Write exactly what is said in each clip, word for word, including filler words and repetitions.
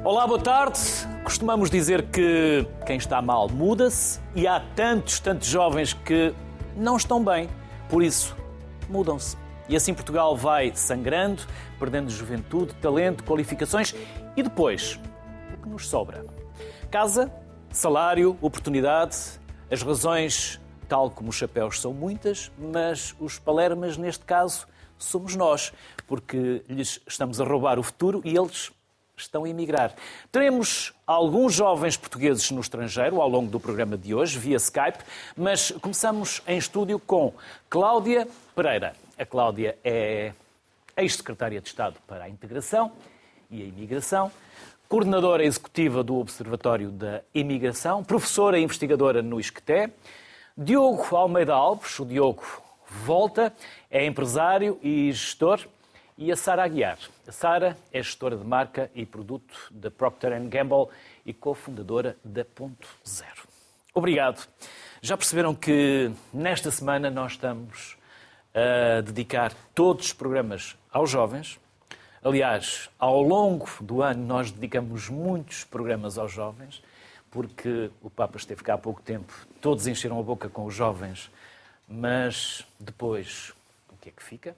Olá, boa tarde. Costumamos dizer que quem está mal muda-se e há tantos, tantos jovens que não estão bem. Por isso, mudam-se. E assim Portugal vai sangrando, perdendo juventude, talento, qualificações e depois, o que nos sobra? Casa, salário, oportunidade. As razões, tal como os chapéus, são muitas, mas os palermas, neste caso, somos nós, porque lhes estamos a roubar o futuro e eles estão a emigrar. Teremos alguns jovens portugueses no estrangeiro ao longo do programa de hoje, via Skype, mas começamos em estúdio com Cláudia Pereira. A Cláudia é ex-secretária de Estado para a Integração e a Imigração, coordenadora executiva do Observatório da Imigração, professora e investigadora no ISCTE. Diogo Almeida Alves, o Diogo volta, é empresário e gestor. E a Sara Aguiar. A Sara é gestora de marca e produto da Procter and Gamble e cofundadora da Ponto Zero. Obrigado. Já perceberam que nesta semana nós estamos a dedicar todos os programas aos jovens. Aliás, ao longo do ano nós dedicamos muitos programas aos jovens, porque o Papa esteve cá há pouco tempo, todos encheram a boca com os jovens, mas depois o que é que fica?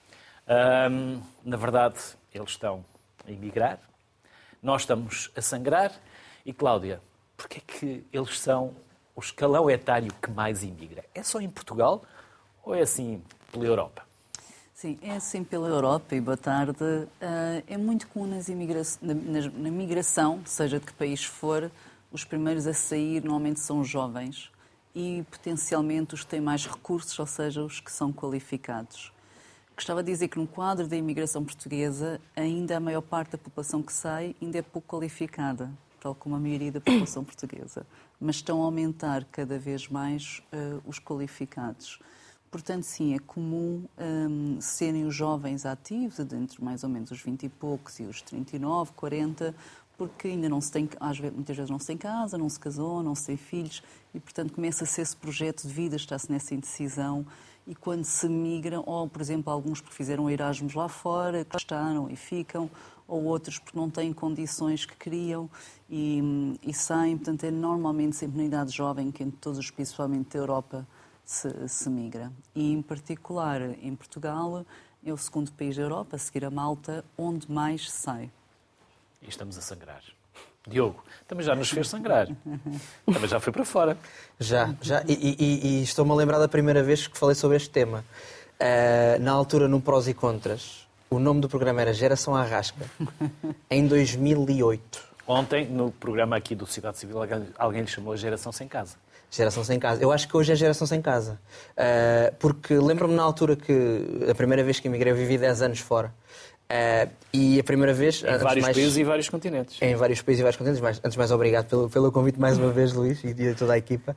Um, na verdade, eles estão a emigrar, nós estamos a sangrar. E, Cláudia, porquê é que eles são o escalão etário que mais emigra? É só em Portugal ou é assim pela Europa? Sim, é assim pela Europa, e boa tarde. Uh, é muito comum nas imigra... na, na, na migração, seja de que país for, os primeiros a sair normalmente são os jovens e potencialmente os que têm mais recursos, ou seja, os que são qualificados. Gostava de dizer que no quadro da imigração portuguesa, ainda a maior parte da população que sai ainda é pouco qualificada, tal como a maioria da população portuguesa. Mas estão a aumentar cada vez mais uh, os qualificados. Portanto, sim, é comum um, serem os jovens ativos, entre mais ou menos os vinte e poucos e os trinta e nove, quarenta, porque ainda não se tem, às vezes, muitas vezes não se tem casa, não se casou, não se tem filhos, e, portanto, começa-se esse projeto de vida, está-se nessa indecisão. E quando se migram, ou, por exemplo, alguns porque fizeram Erasmus lá fora, gostaram e ficam, ou outros porque não têm condições que queriam e, e saem. Portanto, é normalmente sempre na idade jovem que em todos, principalmente da Europa, se, se migra. E, em particular, em Portugal, é o segundo país da Europa, a seguir a Malta, onde mais se sai. E estamos a sangrar. Diogo, também já nos fez sangrar. Também já foi para fora. Já, já. E, e, e estou-me a lembrar da primeira vez que falei sobre este tema. Uh, na altura, no Prós e Contras, o nome do programa era Geração Arrasca, em dois mil e oito. Ontem, no programa aqui do Sociedade Civil, alguém lhe chamou a Geração Sem Casa. Geração Sem Casa. Eu acho que hoje é Geração Sem Casa. Uh, porque lembro-me na altura que, a primeira vez que emigrei, eu vivi dez anos fora. Uh, e a primeira vez... Em vários mais, países e vários continentes. Em vários países e vários continentes. Mas, antes de mais, obrigado pelo, pelo convite mais uma vez, Luís, e de toda a equipa.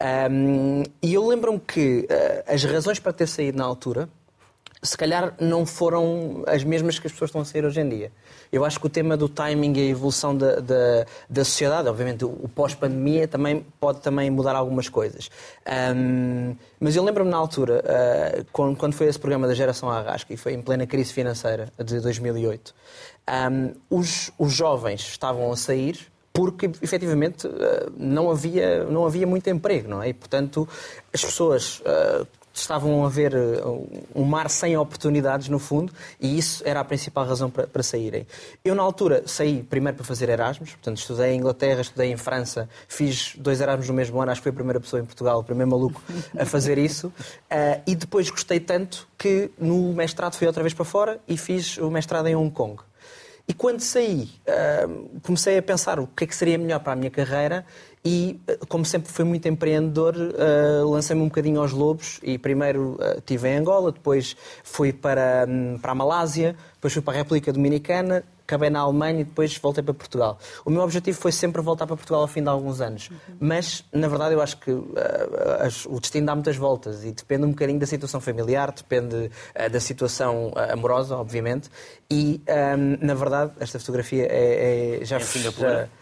Um, e eu lembro-me que uh, as razões para ter saído na altura, se calhar não foram as mesmas que as pessoas estão a sair hoje em dia. Eu acho que o tema do timing e a evolução da, da, da sociedade, obviamente o pós-pandemia também pode também mudar algumas coisas. Um, mas eu lembro-me na altura, uh, quando, quando foi esse programa da Geração Arrasca, e foi em plena crise financeira de dois mil e oito, um, os, os jovens estavam a sair porque, efetivamente, não havia, não havia muito emprego, não é? E, portanto, as pessoas uh, estavam a ver um mar sem oportunidades, no fundo, e isso era a principal razão para, para saírem. Eu, na altura, saí primeiro para fazer Erasmus, portanto, estudei em Inglaterra, estudei em França, fiz dois Erasmus no mesmo ano, acho que fui a primeira pessoa em Portugal, o primeiro maluco a fazer isso, uh, e depois gostei tanto que no mestrado fui outra vez para fora e fiz o mestrado em Hong Kong. E quando saí, uh, comecei a pensar o que é que seria melhor para a minha carreira e, como sempre fui muito empreendedor, uh, lancei-me um bocadinho aos lobos e primeiro uh, estive em Angola, depois fui para, um, para a Malásia, depois fui para a República Dominicana, acabei na Alemanha e depois voltei para Portugal. O meu objetivo foi sempre voltar para Portugal ao fim de alguns anos. Uhum. Mas, na verdade, eu acho que uh, as, o destino dá muitas voltas e depende um bocadinho da situação familiar, depende uh, da situação uh, amorosa, obviamente. E, um, na verdade, esta fotografia é, é, já, em Singapura. já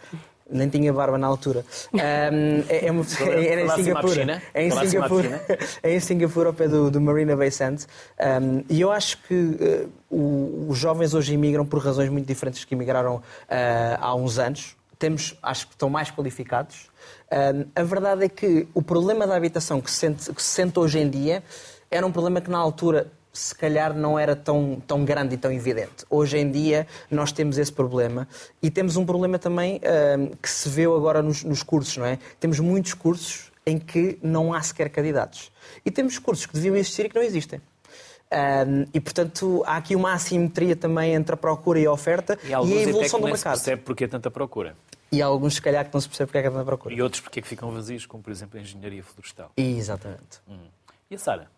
Nem tinha barba na altura. Um, é, é uma, era em Singapura. É em Singapura, é em Singapura, ao pé do, do Marina Bay Sands. Um, e eu acho que uh, o, os jovens hoje imigram por razões muito diferentes que imigraram uh, há uns anos. Temos, acho que estão mais qualificados. Um, a verdade é que o problema da habitação que se, sente, que se sente hoje em dia era um problema que na altura se calhar não era tão, tão grande e tão evidente. Hoje em dia nós temos esse problema e temos um problema também um, que se vê agora nos, nos cursos, não é? Temos muitos cursos em que não há sequer candidatos. E temos cursos que deviam existir e que não existem. Um, e, portanto, há aqui uma assimetria também entre a procura e a oferta e, e a evolução do mercado. E se percebe porque é tanta procura. E há alguns, se calhar, que não se percebe porque é tanta procura. E outros porque é que ficam vazios, como, por exemplo, a engenharia florestal. Exatamente. Hum. E a Sara?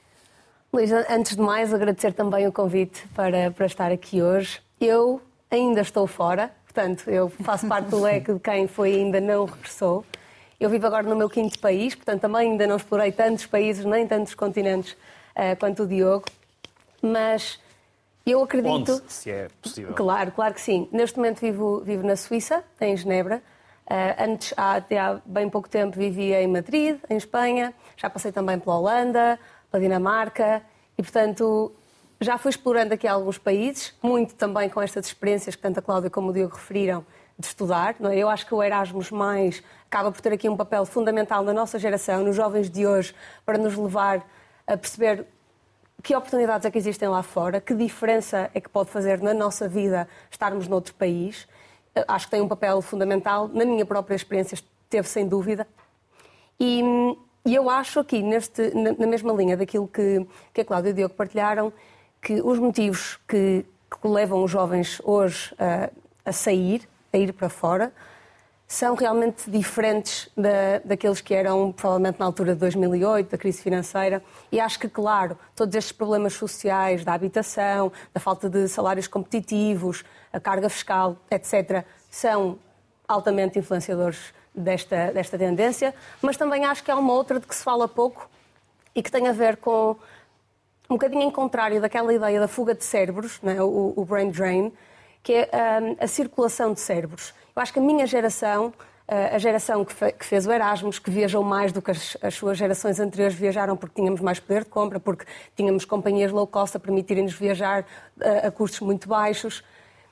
Luís, antes de mais, agradecer também o convite para, para estar aqui hoje. Eu ainda estou fora, portanto, eu faço parte do leque de quem foi e ainda não regressou. Eu vivo agora no meu quinto país, portanto, também ainda não explorei tantos países, nem tantos continentes uh, quanto o Diogo. Mas eu acredito... Onde, se é possível? Claro, claro que sim. Neste momento vivo, vivo na Suíça, em Genebra. Uh, antes, há, até há bem pouco tempo, vivia em Madrid, em Espanha. Já passei também pela Holanda, pela Dinamarca e, portanto, já fui explorando aqui alguns países, muito também com estas experiências que tanto a Cláudia como o Diogo referiram, de estudar. Não é? Eu acho que o Erasmus mais acaba por ter aqui um papel fundamental na nossa geração, nos jovens de hoje, para nos levar a perceber que oportunidades é que existem lá fora, que diferença é que pode fazer na nossa vida estarmos noutro país. Acho que tem um papel fundamental, na minha própria experiência teve sem dúvida. E... E eu acho aqui, neste, na mesma linha daquilo que, que a Cláudia e o Diogo partilharam, que os motivos que, que levam os jovens hoje a, a sair, a ir para fora, são realmente diferentes da, daqueles que eram provavelmente na altura de dois mil e oito, da crise financeira. E acho que, claro, todos estes problemas sociais, da habitação, da falta de salários competitivos, a carga fiscal, etcétera, são altamente influenciadores Desta, desta tendência, mas também acho que há uma outra de que se fala pouco e que tem a ver com um bocadinho em contrário daquela ideia da fuga de cérebros, né? o, o brain drain, que é um, a circulação de cérebros. Eu acho que a minha geração, a geração que, fe, que fez o Erasmus, que viajou mais do que as, as suas gerações anteriores viajaram porque tínhamos mais poder de compra, porque tínhamos companhias low cost a permitirem-nos viajar a, a custos muito baixos,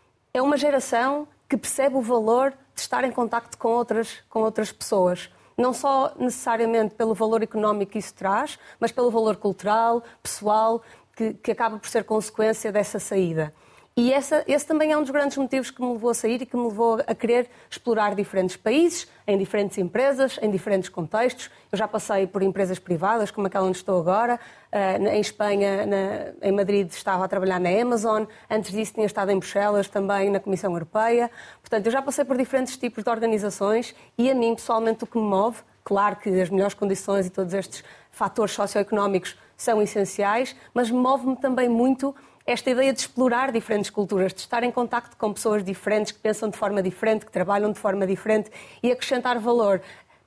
é uma geração que percebe o valor de estar em contacto com outras, com outras pessoas. Não só necessariamente pelo valor económico que isso traz, mas pelo valor cultural, pessoal, que, que acaba por ser consequência dessa saída. E essa, esse também é um dos grandes motivos que me levou a sair e que me levou a querer explorar diferentes países, em diferentes empresas, em diferentes contextos. Eu já passei por empresas privadas, como aquela onde estou agora. Em Espanha, na, em Madrid, estava a trabalhar na Amazon. Antes disso, tinha estado em Bruxelas, também na Comissão Europeia. Portanto, eu já passei por diferentes tipos de organizações e a mim, pessoalmente, o que me move, claro que as melhores condições e todos estes fatores socioeconómicos são essenciais, mas move-me também muito esta ideia de explorar diferentes culturas, de estar em contacto com pessoas diferentes, que pensam de forma diferente, que trabalham de forma diferente e acrescentar valor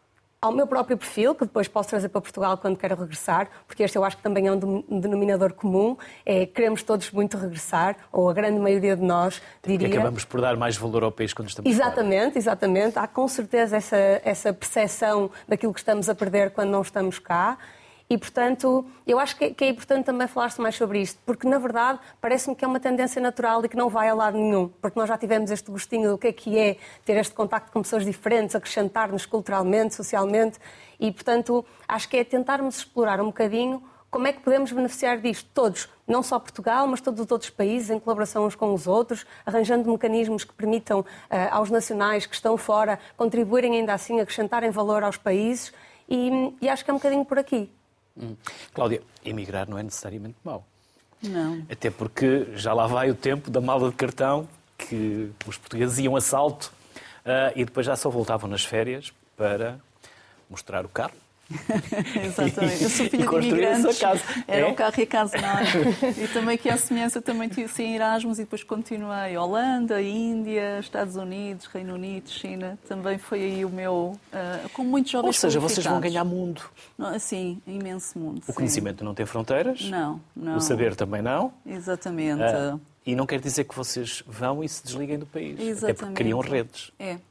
ao meu próprio perfil, que depois posso trazer para Portugal quando quero regressar, porque este eu acho que também é um denominador comum, é queremos todos muito regressar, ou a grande maioria de nós, diria... Porque acabamos por dar mais valor ao país quando estamos Exatamente, fora. Exatamente. Há com certeza essa, essa percepção daquilo que estamos a perder quando não estamos cá. E, portanto, eu acho que é importante também falar-se mais sobre isto, porque, na verdade, parece-me que é uma tendência natural e que não vai a lado nenhum, porque nós já tivemos este gostinho do que é que é ter este contacto com pessoas diferentes, acrescentar-nos culturalmente, socialmente, e, portanto, acho que é tentarmos explorar um bocadinho como é que podemos beneficiar disto, todos, não só Portugal, mas todos os outros países, em colaboração uns com os outros, arranjando mecanismos que permitam uh, aos nacionais que estão fora contribuírem ainda assim, acrescentarem valor aos países, e, e acho que é um bocadinho por aqui. Hum. Cláudia, emigrar não é necessariamente mau. Não. Até porque já lá vai o tempo da mala de cartão que os portugueses iam a salto uh, e depois já só voltavam nas férias para mostrar o carro. Exatamente. Eu sou filha de imigrantes. Casa. Era é? o carro e a casa, não é? E também que a semelhança também tive em Erasmus e depois continuei. Holanda, Índia, Estados Unidos, Reino Unido, China. Também foi aí o meu... Uh, com muitos jovens. Ou seja, vocês vão ganhar mundo. Não, sim, imenso mundo. O conhecimento sim. Não tem fronteiras. Não, não. O saber também não. Exatamente. Uh, e não quer dizer que vocês vão e se desliguem do país. Exatamente. Até porque criam redes. É.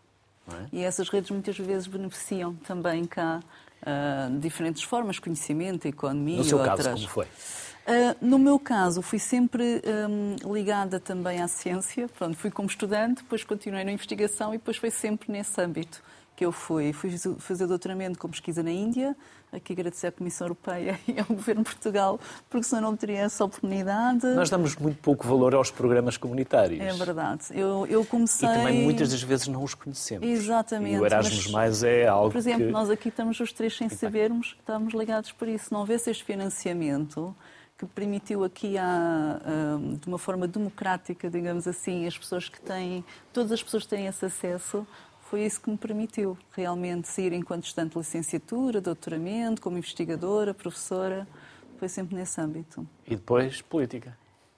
não é? E essas redes muitas vezes beneficiam também cá uh, de diferentes formas, conhecimento, economia No seu e caso, outras. como foi? Uh, no meu caso, fui sempre um, ligada também à ciência. Pronto, fui como estudante, depois continuei na investigação e depois foi sempre nesse âmbito que eu fui. Fui fazer doutoramento com pesquisa na Índia, aqui agradecer à Comissão Europeia e ao Governo de Portugal, porque senão não teria essa oportunidade. Nós damos muito pouco valor aos programas comunitários. É verdade. Eu, eu comecei... E também muitas das vezes não os conhecemos. Exatamente. E o Erasmus mas, mais é algo por exemplo, que... nós aqui estamos os três sem sabermos, estamos ligados por isso. Não houvesse este financiamento que permitiu aqui, a, a, de uma forma democrática, digamos assim, as pessoas que têm, todas as pessoas que têm esse acesso, foi isso que me permitiu realmente sair enquanto estudante de licenciatura, doutoramento, como investigadora, professora. Foi sempre nesse âmbito. E depois, política?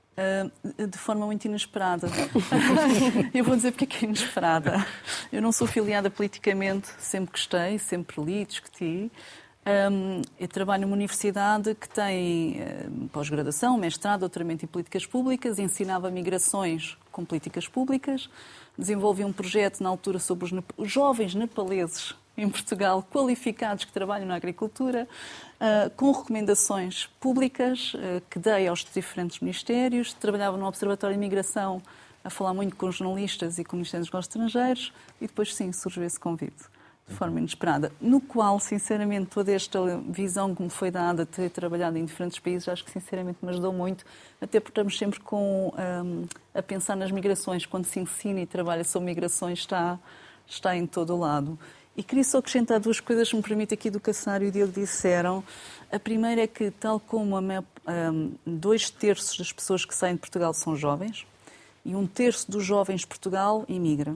Uh, de forma muito inesperada. Eu vou dizer porque é que é inesperada. Eu não sou filiada politicamente, sempre gostei, sempre li, discuti. Um, eu trabalho numa universidade que tem uh, pós-graduação, mestrado, doutoramento em políticas públicas, ensinava migrações com políticas públicas, desenvolvi um projeto na altura sobre os, os jovens nepaleses em Portugal, qualificados que trabalham na agricultura, uh, com recomendações públicas uh, que dei aos diferentes ministérios. Trabalhava no Observatório de Imigração, a falar muito com jornalistas e com ministérios dos negócios estrangeiros, e depois, sim, surgiu esse convite, de forma inesperada, no qual, sinceramente, toda esta visão que me foi dada de ter trabalhado em diferentes países, acho que, sinceramente, me ajudou muito, até porque estamos sempre com, um, a pensar nas migrações. Quando se ensina e trabalha sobre migrações, está, está em todo o lado. E queria só acrescentar duas coisas que me permite aqui do Cassaro e o Diogo disseram. A primeira é que, tal como a maior, um, dois terços das pessoas que saem de Portugal são jovens, e um terço dos jovens de Portugal imigram.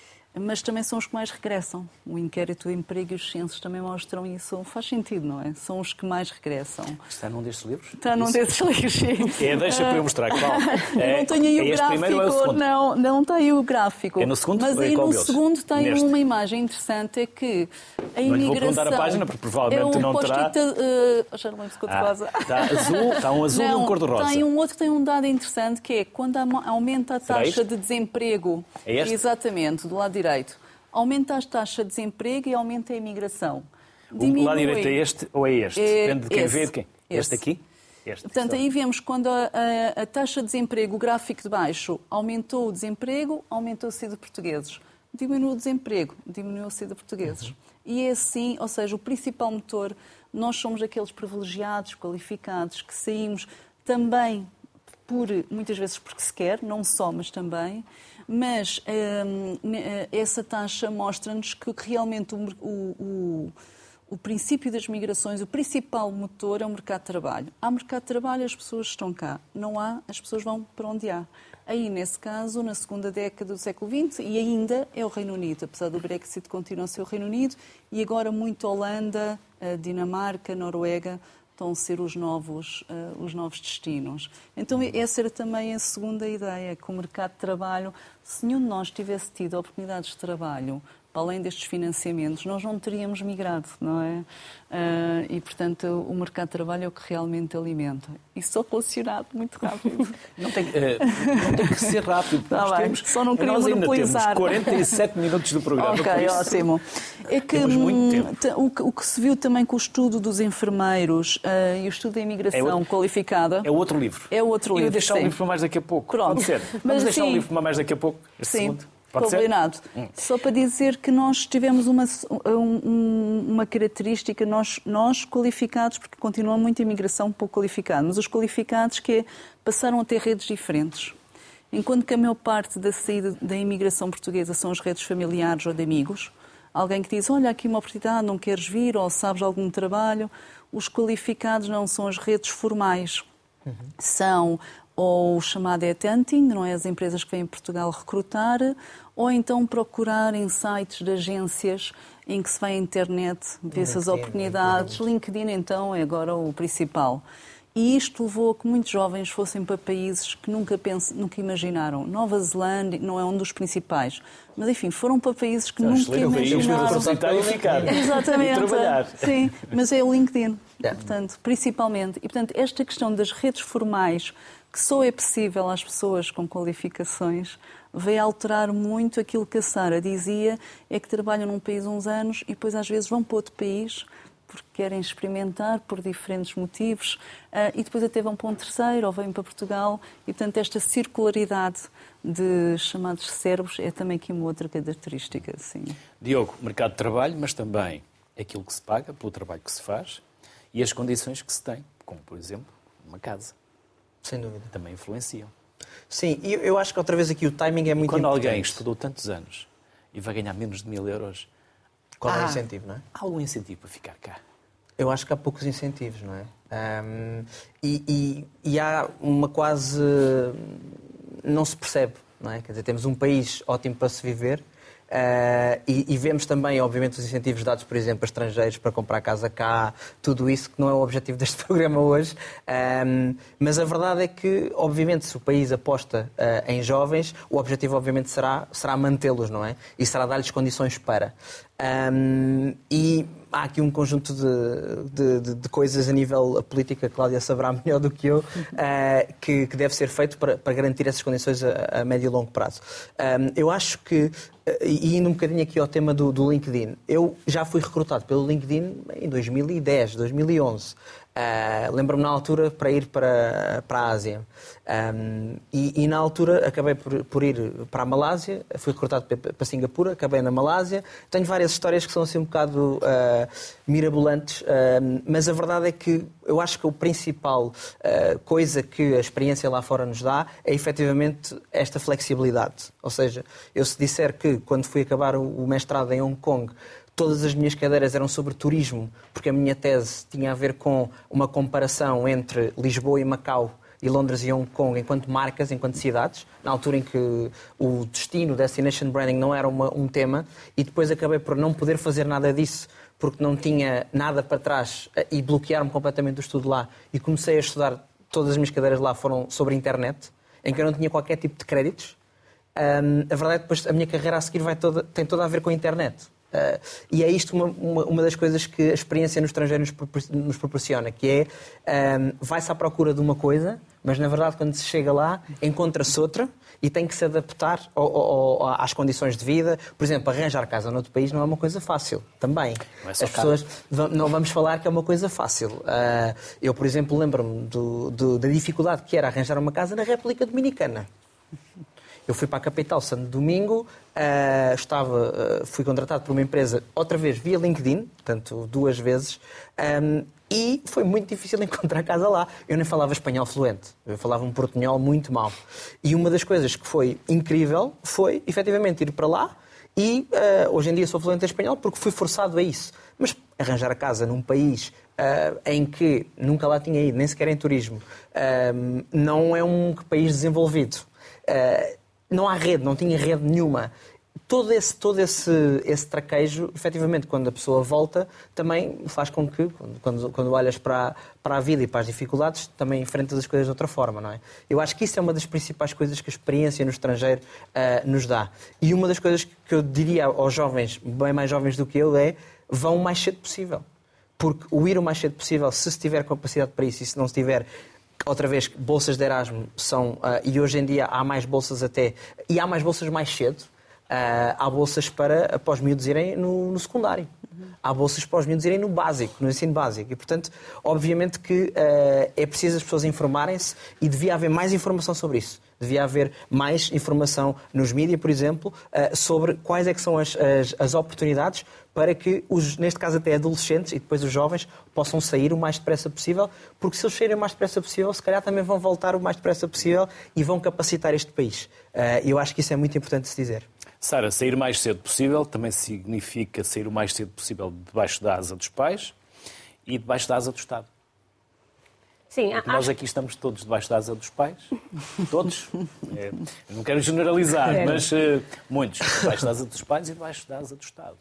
Mas também são os que mais regressam. O inquérito do emprego e os censos também mostram isso. Faz sentido, não é? São os que mais regressam. Está num destes livros? Está num desses livros, sim. É, deixa para eu mostrar qual. É, não tenho aí é o gráfico. Ou é o não, não tem aí o gráfico. É no segundo? Mas aí é no deles? segundo tem Neste. uma imagem interessante, é que a Não imigração... lhe vou perguntar a página, porque provavelmente é um não terá. Uh, já não lembro se cor-de-rosa. Ah, está azul, está um azul não, e um cor-de-rosa. Tem um outro que tem um dado interessante, que é quando aumenta a Será taxa isto? de desemprego. É este? Exatamente, do lado direito. Aumenta a taxa de desemprego e aumenta a imigração. O lado direito é este ou é este? É Depende de quem esse, vê de quem. esse. Este aqui? Este. Portanto, aí vemos quando a, a, a taxa de desemprego, o gráfico de baixo, aumentou o desemprego, aumentou a saída de portugueses. Diminuiu o desemprego, diminuiu a saída de portugueses. Uhum. E é assim, ou seja, o principal motor, nós somos aqueles privilegiados, qualificados, que saímos também por, muitas vezes porque se quer, não só, mas também. Mas hum, essa taxa mostra-nos que realmente o, o, o, o princípio das migrações, o principal motor é o mercado de trabalho. Há mercado de trabalho, as pessoas estão cá. Não há, as pessoas vão para onde há. Aí, nesse caso, na segunda década do século vinte, e ainda é o Reino Unido. Apesar do Brexit, continua a ser o Reino Unido. E agora muito Holanda, Dinamarca, Noruega estão a ser os novos, uh, os novos destinos. Então, essa era também a segunda ideia, que o mercado de trabalho, se nenhum de nós tivesse tido oportunidades de trabalho, para além destes financiamentos, nós não teríamos migrado, não é? Uh, e, portanto, o mercado de trabalho é o que realmente alimenta. E só relacionado muito rápido. Não tem, uh, não tem que ser rápido. Tá bem, temos, só não queria nós ainda monopolizar. temos quarenta e sete minutos do programa. Ok, por isso, ótimo. É que temos muito tempo. O, que, o que se viu também com o estudo dos enfermeiros uh, e o estudo da imigração é outro, qualificada... É outro livro. É outro livro, E deixar sim. o livro para mais daqui a pouco. Pronto. Pode ser. Vamos Mas, deixar assim, o livro para mais daqui a pouco. Este sim. segundo. Pode Combinado. ser? Hum. Só para dizer que nós tivemos uma, um, uma característica, nós, nós qualificados, porque continua muita imigração pouco qualificada, mas os qualificados que passaram a ter redes diferentes. Enquanto que a maior parte da saída da imigração portuguesa são as redes familiares ou de amigos, alguém que diz, olha, aqui uma oportunidade, não queres vir, ou sabes algum trabalho, os qualificados não são as redes formais. Uhum. São ou o chamado headhunting, não é? As empresas que vêm em Portugal recrutar, ou então procurar em sites de agências em que se vai à internet, vê-se as oportunidades. LinkedIn, então, é agora o principal. E isto levou a que muitos jovens fossem para países que nunca, pense, nunca imaginaram. Nova Zelândia não é um dos principais, mas enfim, foram para países que Não, nunca imaginaram. E ficar. Exatamente. E trabalhar. Sim, mas é o LinkedIn, Yeah. portanto, principalmente. E, portanto, esta questão das redes formais, que só é possível às pessoas com qualificações, veio alterar muito aquilo que a Sara dizia, é que trabalham num país uns anos e depois às vezes vão para outro país porque querem experimentar por diferentes motivos e depois até vão para um terceiro ou vêm para Portugal e, portanto, esta circularidade de chamados cérebros é também aqui uma outra característica. Sim. Diogo, mercado de trabalho, mas também aquilo que se paga pelo trabalho que se faz e as condições que se tem, como, por exemplo, uma casa. Sem dúvida. Também influenciam. Sim, e eu acho que outra vez aqui o timing é muito Quando importante. alguém estudou tantos anos e vai ganhar menos de mil euros, Qual é há o incentivo, não é? Há algum incentivo para ficar cá? Eu acho que há poucos incentivos, não é? Um, e, e, e há uma quase... Não se percebe, não é? Quer dizer, temos um país ótimo para se viver uh, e, e vemos também, obviamente, os incentivos dados, por exemplo, a estrangeiros para comprar casa cá, tudo isso que não é o objetivo deste programa hoje. Um, mas a verdade é que, obviamente, se o país aposta uh, em jovens, o objetivo, obviamente, será, será mantê-los, não é? E será dar-lhes condições para... Um, e há aqui um conjunto de, de, de coisas a nível político, a Cláudia saberá melhor do que eu, uh, que, que deve ser feito para, para garantir essas condições a, a médio e longo prazo. Um, eu acho que, e indo um bocadinho aqui ao tema do, do LinkedIn, eu já fui recrutado pelo LinkedIn em dois mil e dez, dois mil e onze. Uh, lembro-me na altura para ir para, para a Ásia. Um, e, e na altura acabei por, por ir para a Malásia, fui recrutado para Singapura, acabei na Malásia. Tenho várias histórias que são assim um bocado uh, mirabolantes, uh, mas a verdade é que eu acho que a principal uh, coisa que a experiência lá fora nos dá é efetivamente esta flexibilidade. Ou seja, eu se disser que quando fui acabar o mestrado em Hong Kong, todas as minhas cadeiras eram sobre turismo, porque a minha tese tinha a ver com uma comparação entre Lisboa e Macau e Londres e Hong Kong enquanto marcas, enquanto cidades, na altura em que o destino, o destination branding, não era uma, um tema, e depois acabei por não poder fazer nada disso, porque não tinha nada para trás e bloquear-me completamente do estudo lá. E comecei a estudar, todas as minhas cadeiras lá foram sobre internet, em que eu não tinha qualquer tipo de créditos. Um, a verdade é que depois a minha carreira a seguir vai toda, tem toda a ver com a internet. Uh, e é isto uma, uma, uma das coisas que a experiência no estrangeiro nos, propor nos proporciona, que é, um, vai-se à procura de uma coisa, mas na verdade quando se chega lá encontra-se outra e tem que se adaptar ao, ao, ao, às condições de vida. Por exemplo, arranjar casa noutro país não é uma coisa fácil, também. Não é só As pessoas, não vamos falar que é uma coisa fácil. Uh, eu, por exemplo, lembro-me do, do, da dificuldade que era arranjar uma casa na República Dominicana. Eu fui para a capital Santo Domingo, uh, estava, uh, fui contratado por uma empresa, outra vez via LinkedIn, portanto duas vezes, um, e foi muito difícil encontrar casa lá. Eu nem falava espanhol fluente, eu falava um portunhol muito mal. E uma das coisas que foi incrível foi, efetivamente, ir para lá e uh, hoje em dia sou fluente em espanhol porque fui forçado a isso. Mas arranjar a casa num país uh, em que nunca lá tinha ido, nem sequer em turismo, uh, não é um país desenvolvido. Uh, Não há rede, não tinha rede nenhuma. Todo esse, todo esse, esse traquejo, efetivamente, quando a pessoa volta, também faz com que, quando, quando olhas para, para a vida e para as dificuldades, também enfrentas as coisas de outra forma, não é? Eu acho que isso é uma das principais coisas que a experiência no estrangeiro uh, nos dá. E uma das coisas que eu diria aos jovens, bem mais jovens do que eu, é vão o mais cedo possível. Porque o ir o mais cedo possível, se se tiver capacidade para isso e se não se tiver... Outra vez, bolsas de Erasmus são, uh, e hoje em dia há mais bolsas até, e há mais bolsas mais cedo, uh, há bolsas para, para os miúdos irem no, no secundário, uhum. Há bolsas para os miúdos irem no básico, no ensino básico, e portanto, obviamente que uh, é preciso as pessoas informarem-se e devia haver mais informação sobre isso. Devia haver mais informação nos mídias, por exemplo, uh, sobre quais é que são as, as, as oportunidades para que, os, neste caso até adolescentes e depois os jovens, possam sair o mais depressa possível, porque se eles saírem o mais depressa possível, se calhar também vão voltar o mais depressa possível e vão capacitar este país. E uh, eu acho que isso é muito importante de se dizer. Sara, sair o mais cedo possível também significa sair o mais cedo possível debaixo da asa dos pais e debaixo da asa do Estado. Sim, Porque nós aqui estamos todos debaixo da asa dos pais. Todos. É, não quero generalizar, é. mas uh, muitos. Debaixo da asa dos pais e debaixo da asa do Estado.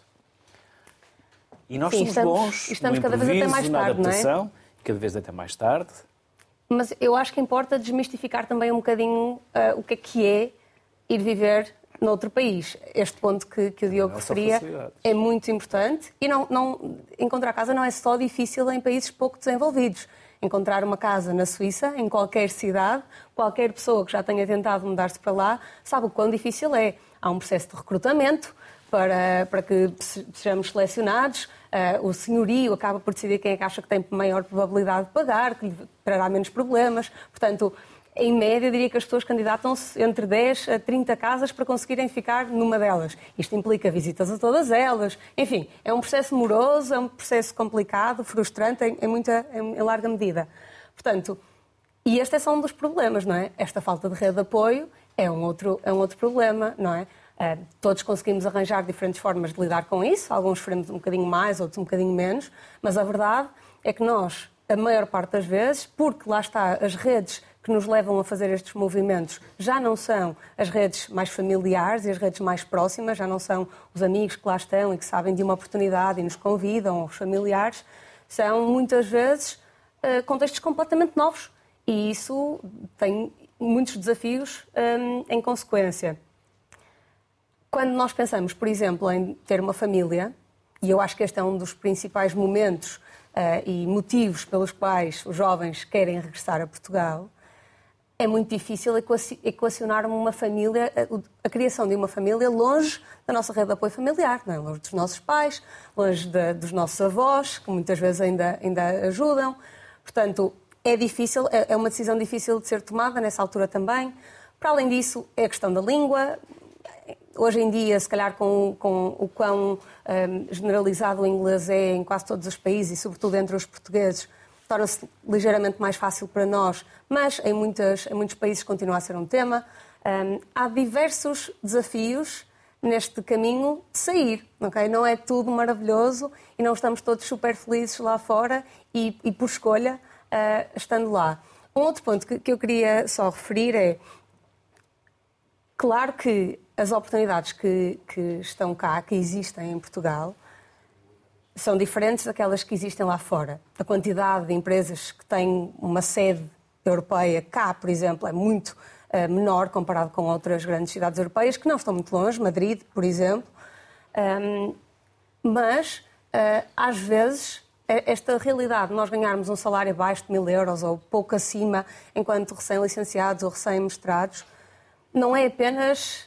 E nós Sim, somos estamos, bons estamos no cada vez até mais na tarde, adaptação, não é? cada vez até mais tarde. Mas eu acho que importa desmistificar também um bocadinho uh, o que é que é ir viver noutro país. Este ponto que, que o Diogo referia é muito importante. E não, não, encontrar casa não é só difícil em países pouco desenvolvidos. Encontrar uma casa na Suíça, em qualquer cidade, qualquer pessoa que já tenha tentado mudar-se para lá, sabe o quão difícil é. Há um processo de recrutamento para, para que sejamos selecionados. Uh, o senhorio acaba por decidir quem é que acha que tem maior probabilidade de pagar, que lhe trará menos problemas. Portanto, em média, eu diria que as pessoas candidatam-se entre dez a trinta casas para conseguirem ficar numa delas. Isto implica visitas a todas elas. Enfim, é um processo moroso, é um processo complicado, frustrante em, em, muita, em, em larga medida. Portanto, e este é só um dos problemas, não é? Esta falta de rede de apoio é um outro, é um outro problema, não é? Uh, todos conseguimos arranjar diferentes formas de lidar com isso. Alguns sofremos um bocadinho mais, outros um bocadinho menos. Mas a verdade é que nós, a maior parte das vezes, porque lá está, as redes que nos levam a fazer estes movimentos já não são as redes mais familiares e as redes mais próximas, já não são os amigos que lá estão e que sabem de uma oportunidade e nos convidam, ou os familiares, são muitas vezes contextos completamente novos e isso tem muitos desafios hum, em consequência. Quando nós pensamos, por exemplo, em ter uma família, e eu acho que este é um dos principais momentos uh, e motivos pelos quais os jovens querem regressar a Portugal, é muito difícil equacionar uma família, a, a criação de uma família longe da nossa rede de apoio familiar, não é? Longe dos nossos pais, longe de, dos nossos avós, que muitas vezes ainda, ainda ajudam. Portanto, é difícil, é, é uma decisão difícil de ser tomada nessa altura também. Para além disso, é a questão da língua. Hoje em dia, se calhar com, com o quão um, generalizado o inglês é em quase todos os países e sobretudo entre os portugueses, torna-se ligeiramente mais fácil para nós, mas em, muitas, em muitos países continua a ser um tema. Um, há diversos desafios neste caminho de sair, okay? Não é tudo maravilhoso e não estamos todos super felizes lá fora e, e por escolha, uh, estando lá. Um outro ponto que, que eu queria só referir é, claro que as oportunidades que, que estão cá, que existem em Portugal, são diferentes daquelas que existem lá fora. A quantidade de empresas que têm uma sede europeia cá, por exemplo, é muito uh, menor comparado com outras grandes cidades europeias, que não estão muito longe, Madrid, por exemplo. Um, mas, uh, às vezes, esta realidade de nós ganharmos um salário abaixo de mil euros ou pouco acima, enquanto recém-licenciados ou recém-mestrados, não é apenas...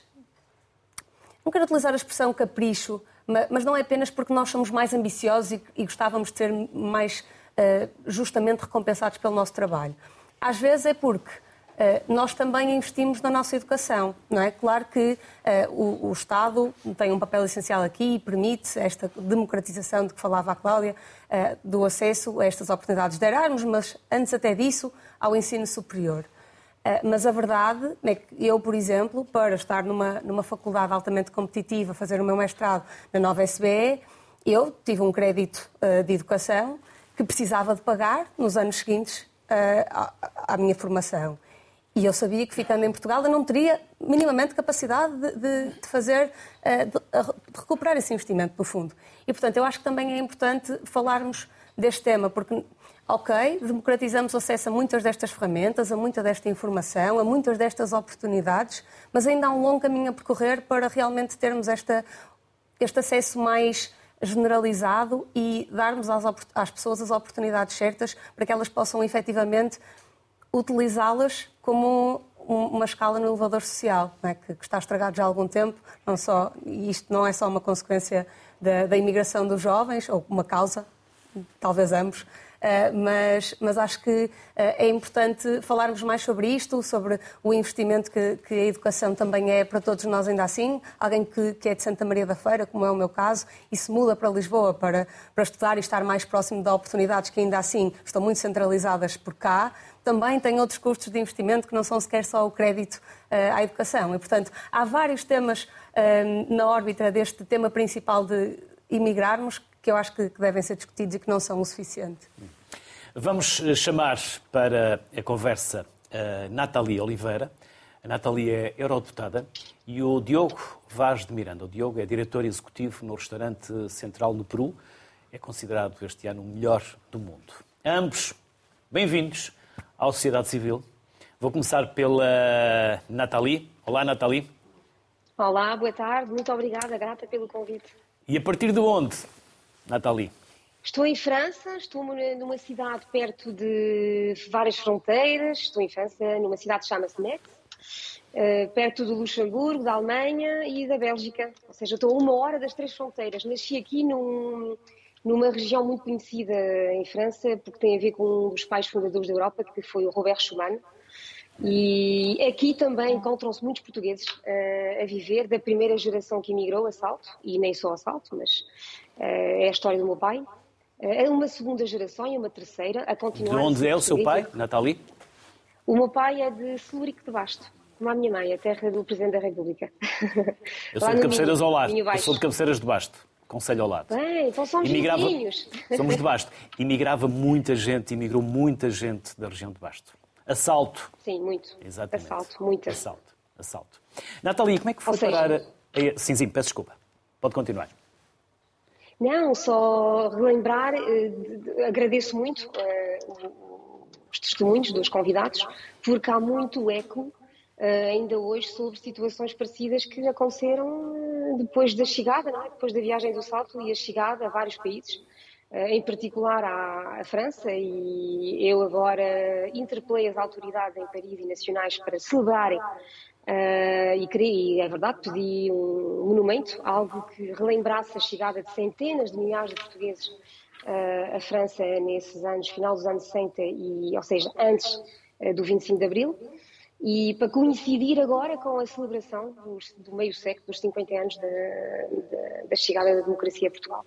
Não quero utilizar a expressão capricho, mas não é apenas porque nós somos mais ambiciosos e, e gostávamos de ser mais uh, justamente recompensados pelo nosso trabalho. Às vezes é porque uh, nós também investimos na nossa educação, não é? Claro que uh, o, o Estado tem um papel essencial aqui e permite esta democratização de que falava a Cláudia, uh, do acesso a estas oportunidades de Erasmus, mas antes até disso, ao ensino superior. Uh, mas a verdade é que eu, por exemplo, para estar numa, numa faculdade altamente competitiva, fazer o meu mestrado na nova S B E, eu tive um crédito uh, de educação que precisava de pagar nos anos seguintes uh, à, à minha formação. E eu sabia que, ficando em Portugal, eu não teria minimamente capacidade de, de, de fazer, uh, de, de recuperar esse investimento no fundo. E, portanto, eu acho que também é importante falarmos deste tema, porque... Ok, democratizamos o acesso a muitas destas ferramentas, a muita desta informação, a muitas destas oportunidades, mas ainda há um longo caminho a percorrer para realmente termos esta, este acesso mais generalizado e darmos às, às pessoas as oportunidades certas para que elas possam efetivamente utilizá-las como uma escala no elevador social, não é? que, que está estragado já há algum tempo, não só, e isto não é só uma consequência da, da imigração dos jovens, ou uma causa, talvez ambos, Uh, mas, mas acho que uh, é importante falarmos mais sobre isto, sobre o investimento que, que a educação também é para todos nós ainda assim. Alguém que, que é de Santa Maria da Feira, como é o meu caso, e se muda para Lisboa para, para estudar e estar mais próximo de oportunidades que ainda assim estão muito centralizadas por cá, também tem outros custos de investimento que não são sequer só o crédito uh, à educação. E, portanto, há vários temas uh, na órbita deste tema principal de imigrarmos que eu acho que devem ser discutidos e que não são o suficiente. Vamos chamar para a conversa a Nathalie Oliveira. A Nathalie é eurodeputada e o Diogo Vaz de Miranda. O Diogo é diretor executivo no restaurante Central no Peru. É considerado este ano o melhor do mundo. Ambos, bem-vindos à sociedade civil. Vou começar pela Nathalie. Olá, Nathalie. Olá, boa tarde. Muito obrigada, grata pelo convite. E a partir de onde, Nathalie? Estou em França, estou numa cidade perto de várias fronteiras. Estou em França, numa cidade que chama-se Metz, perto do Luxemburgo, da Alemanha e da Bélgica. Ou seja, estou a uma hora das três fronteiras. Nasci aqui num, numa região muito conhecida em França, porque tem a ver com um dos pais fundadores da Europa, que foi o Robert Schuman. E aqui também encontram-se muitos portugueses uh, a viver, da primeira geração que emigrou a Salto, e nem só a Salto, mas uh, é a história do meu pai. É uh, uma segunda geração e uma terceira a continuar. De onde é o seu pai, Nathalie? O meu pai é de Celurico de Basto, como a minha mãe, a terra do Presidente da República. Eu sou de Cabeceiras ao lado, eu sou de Cabeceiras de Basto, concelho ao lado. Bem, então somos Imigrava... vizinhos. Somos de Basto. Imigrava muita gente, imigrou muita gente da região de Basto. Assalto. Sim, muito. Exatamente. Assalto, muito. Assalto, assalto. Nathalie, como é que foi seja... parar... A... Sim, sim, peço desculpa. Pode continuar. Não, só relembrar, eh, agradeço muito eh, os testemunhos dos convidados, porque há muito eco eh, ainda hoje sobre situações parecidas que aconteceram eh, depois da chegada, não é? Depois da viagem do Salto e a chegada a vários países. Em particular à, à França, e eu agora interpelei as autoridades em Paris e nacionais para celebrarem, uh, e, queria, e é verdade, pedi um monumento, algo que relembrasse a chegada de centenas de milhares de portugueses uh, à França nesses anos, final dos anos sessenta, e, ou seja, antes uh, do vinte e cinco de Abril. E para coincidir agora com a celebração dos, do meio século, dos cinquenta anos da, da, da chegada da democracia a Portugal.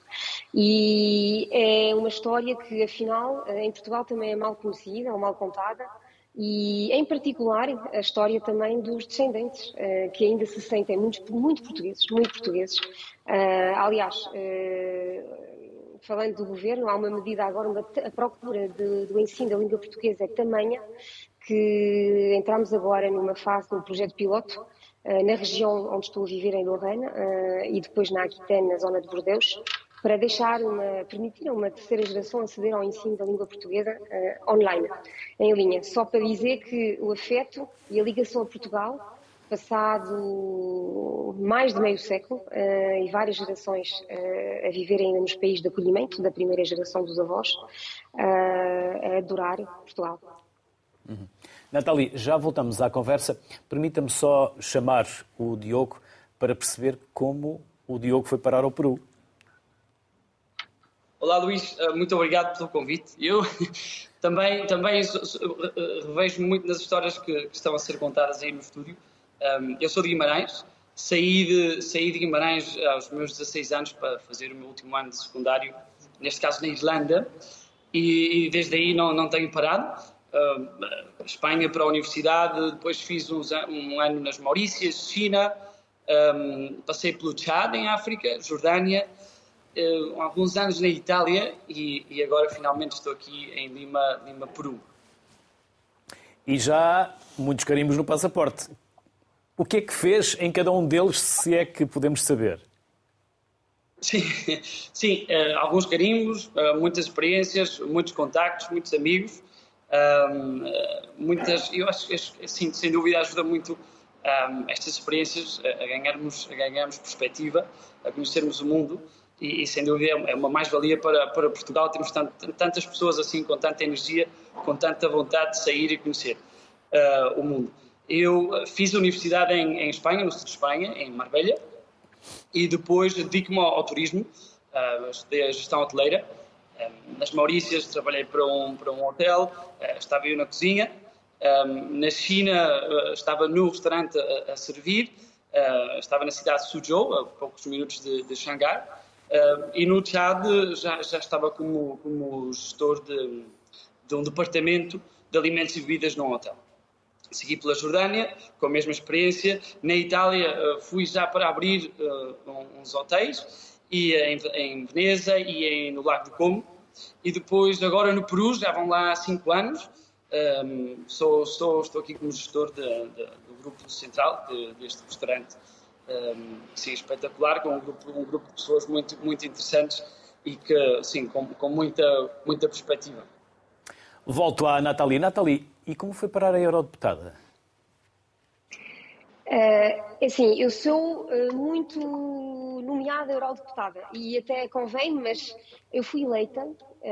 E é uma história que, afinal, em Portugal também é mal conhecida ou mal contada, e, em particular, a história também dos descendentes, que ainda se sentem muito, muito portugueses, muito portugueses. Aliás, falando do governo, há uma medida agora, uma, a procura de, do ensino da língua portuguesa é tamanha que entramos agora numa fase de um projeto piloto uh, na região onde estou a viver, em Lorraine, uh, e depois na Aquitaine, na zona de Bordeaux, para deixar uma, permitir a uma terceira geração aceder ao ensino da língua portuguesa uh, online, em linha. Só para dizer que o afeto e a ligação a Portugal, passado mais de meio século uh, e várias gerações uh, a viverem ainda nos países de acolhimento, da primeira geração dos avós, uh, a adorar Portugal. Uhum. Nathalie, já voltamos à conversa. Permita-me só chamar o Diogo para perceber como o Diogo foi parar ao Peru. Olá, Luís. Muito obrigado pelo convite. Eu também, também revejo-me muito nas histórias que, que estão a ser contadas aí no estúdio. Eu sou de Guimarães. Saí de, saí de Guimarães aos meus dezasseis anos para fazer o meu último ano de secundário, neste caso na Irlanda, e, e desde aí não, não tenho parado. Uh, Espanha para a universidade, depois fiz uns, um ano nas Maurícias, China, um, passei pelo Tchad, em África, Jordânia, uh, alguns anos na Itália e, e agora finalmente estou aqui em Lima, Lima, Peru. E já muitos carimbos no passaporte. O que é que fez em cada um deles, se é que podemos saber? Sim, sim uh, alguns carimbos, uh, muitas experiências, muitos contactos, muitos amigos. Um, muitas, eu acho que assim, sem dúvida ajuda muito um, estas experiências a, a, ganharmos, a ganharmos perspectiva, a conhecermos o mundo e, e sem dúvida é uma mais-valia para, para Portugal. Temos tant, tantas pessoas assim com tanta energia, com tanta vontade de sair e conhecer uh, o mundo. Eu fiz a universidade em, em Espanha, no sul de Espanha, em Marbella, e depois dedico-me ao, ao turismo, uh, estudei a gestão hoteleira. Nas Maurícias trabalhei para um, para um hotel, estava eu na cozinha. Na China estava no restaurante a, a servir, estava na cidade de Suzhou, a poucos minutos de, de Xangai. E no Tchad já, já estava como, como gestor de, de um departamento de alimentos e bebidas num hotel. Segui pela Jordânia, com a mesma experiência. Na Itália fui já para abrir uns hotéis, e em, em Veneza e em, no Lago de Como, e depois agora no Peru, já vão lá há cinco anos, um, sou, sou, estou aqui como gestor de, de, do grupo central de, deste restaurante, um, sim, espetacular, com um grupo, um grupo de pessoas muito, muito interessantes e que, sim, com, com muita, muita perspectiva. Volto à Nathalie. Nathalie, e como foi parar a eurodeputada? É assim, eu sou uh, muito nomeada eurodeputada e até convém, mas eu fui eleita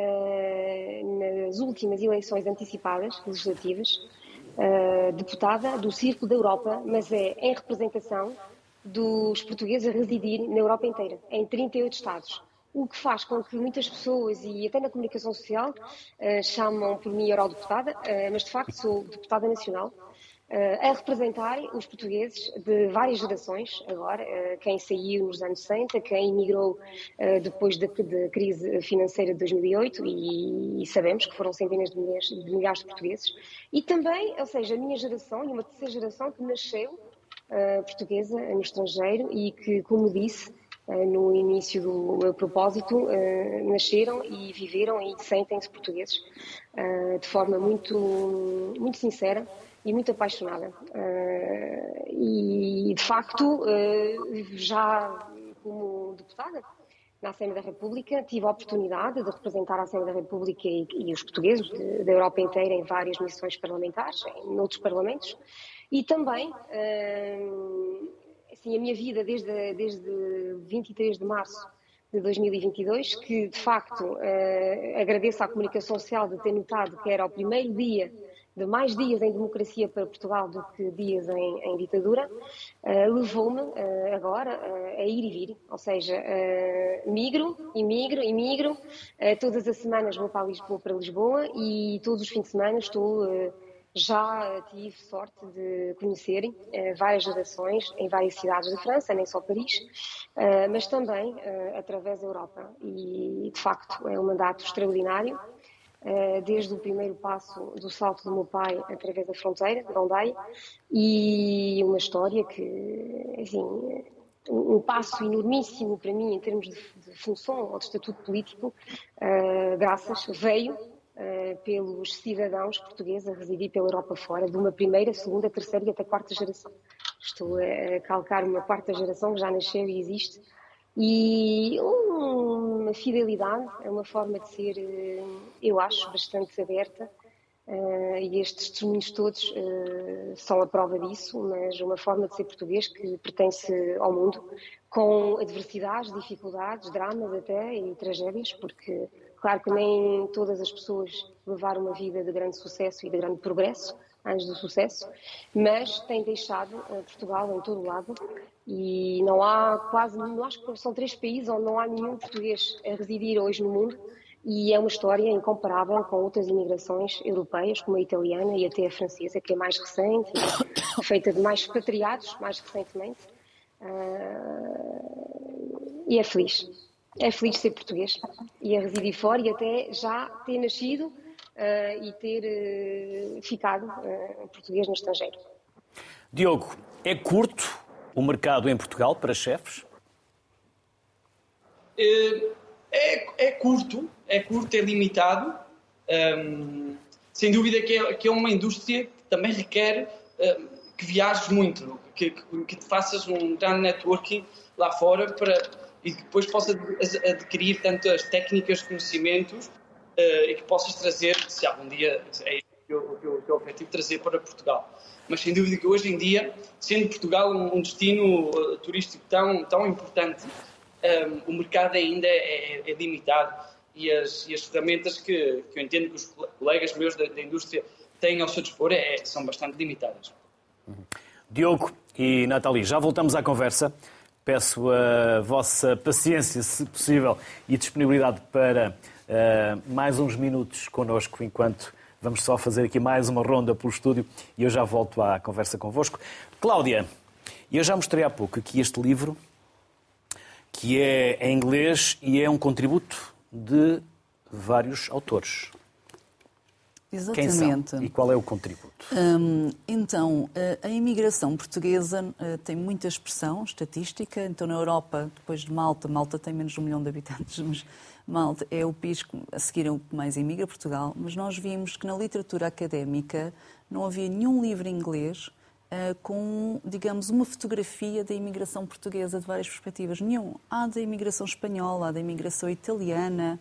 uh, nas últimas eleições antecipadas, legislativas, uh, deputada do Círculo da Europa, mas é em representação dos portugueses a residir na Europa inteira, em trinta e oito Estados. O que faz com que muitas pessoas, e até na comunicação social, uh, chamam por mim eurodeputada, uh, mas de facto sou deputada nacional, a representar os portugueses de várias gerações, agora, quem saiu nos anos sessenta, quem emigrou depois da, da crise financeira de dois mil e oito, e, e sabemos que foram centenas de milhares, de milhares de portugueses, e também, ou seja, a minha geração e uma terceira geração que nasceu uh, portuguesa no estrangeiro e que, como disse, uh, no início do meu propósito, uh, nasceram e viveram e sentem-se portugueses uh, de forma muito, muito sincera e muito apaixonada. Uh, e, de facto, uh, já como deputada na Assembleia da República, tive a oportunidade de representar a Assembleia da República e, e os portugueses de, da Europa inteira em várias missões parlamentares, em outros parlamentos, e também, uh, assim, a minha vida desde, desde vinte e três de março de dois mil e vinte e dois, que, de facto, uh, agradeço à comunicação social de ter notado que era o primeiro dia de mais dias em democracia para Portugal do que dias em, em ditadura, uh, levou-me uh, agora uh, a ir e vir. Ou seja, uh, migro, imigro, imigro, uh, todas as semanas vou para Lisboa, para Lisboa e todos os fins de semana estou, uh, já tive sorte de conhecer uh, várias gerações em várias cidades da França, nem só Paris, uh, mas também uh, através da Europa. E, de facto, é um mandato extraordinário. Desde o primeiro passo do salto do meu pai através da fronteira, de Rondaia, e uma história que, assim, um passo enormíssimo para mim em termos de, de função ou de estatuto político, uh, graças, veio uh, pelos cidadãos portugueses a residir pela Europa fora, de uma primeira, segunda, terceira e até quarta geração. Estou a calcar uma quarta geração que já nasceu e existe. E uma fidelidade, é uma forma de ser, eu acho, bastante aberta, uh, e estes testemunhos todos uh, são a prova disso, mas uma forma de ser português que pertence ao mundo, com adversidades, dificuldades, dramas até e tragédias, porque claro que nem todas as pessoas levaram uma vida de grande sucesso e de grande progresso, anos do sucesso, mas tem deixado uh, Portugal em todo o lado e não há quase, não acho que são três países onde não há nenhum português a residir hoje no mundo e é uma história incomparável com outras imigrações europeias, como a italiana e até a francesa, que é mais recente, feita de mais expatriados, mais recentemente, uh, e é feliz. É feliz ser português e a residir fora e até já ter nascido Uh, e ter uh, ficado uh, português no estrangeiro. Diogo, é curto o mercado em Portugal para chefes? É, é, é curto, é curto, é limitado. Um, sem dúvida que é, que é uma indústria que também requer uh, que viajes muito, que, que, que te faças um grande networking lá fora para, e que depois possas adquirir tanto as técnicas, conhecimentos, Uh, e que possas trazer, se algum dia é isso que eu, que, eu, que eu objetivo, trazer para Portugal. Mas sem dúvida que hoje em dia, sendo Portugal um, um destino uh, turístico tão, tão importante, um, o mercado ainda é, é, é limitado e as, e as ferramentas que, que eu entendo que os colegas meus da, da indústria têm ao seu dispor é, são bastante limitadas. Uhum. Diogo e Nathalie, já voltamos à conversa. Peço a vossa paciência, se possível, e disponibilidade para Uh, mais uns minutos connosco, enquanto vamos só fazer aqui mais uma ronda pelo estúdio e eu já volto à conversa convosco. Cláudia, eu já mostrei há pouco aqui este livro, que é em inglês e é um contributo de vários autores. Exatamente. Quem são e qual é o contributo? Hum, então, a imigração portuguesa uh, tem muita expressão estatística. Então, na Europa, depois de Malta, Malta tem menos de um milhão de habitantes, mas Malta é o país que a seguir é o que mais imigra, Portugal. Mas nós vimos que na literatura académica não havia nenhum livro em inglês uh, com, digamos, uma fotografia da imigração portuguesa de várias perspectivas. Nenhum. Há da imigração espanhola, há da imigração italiana,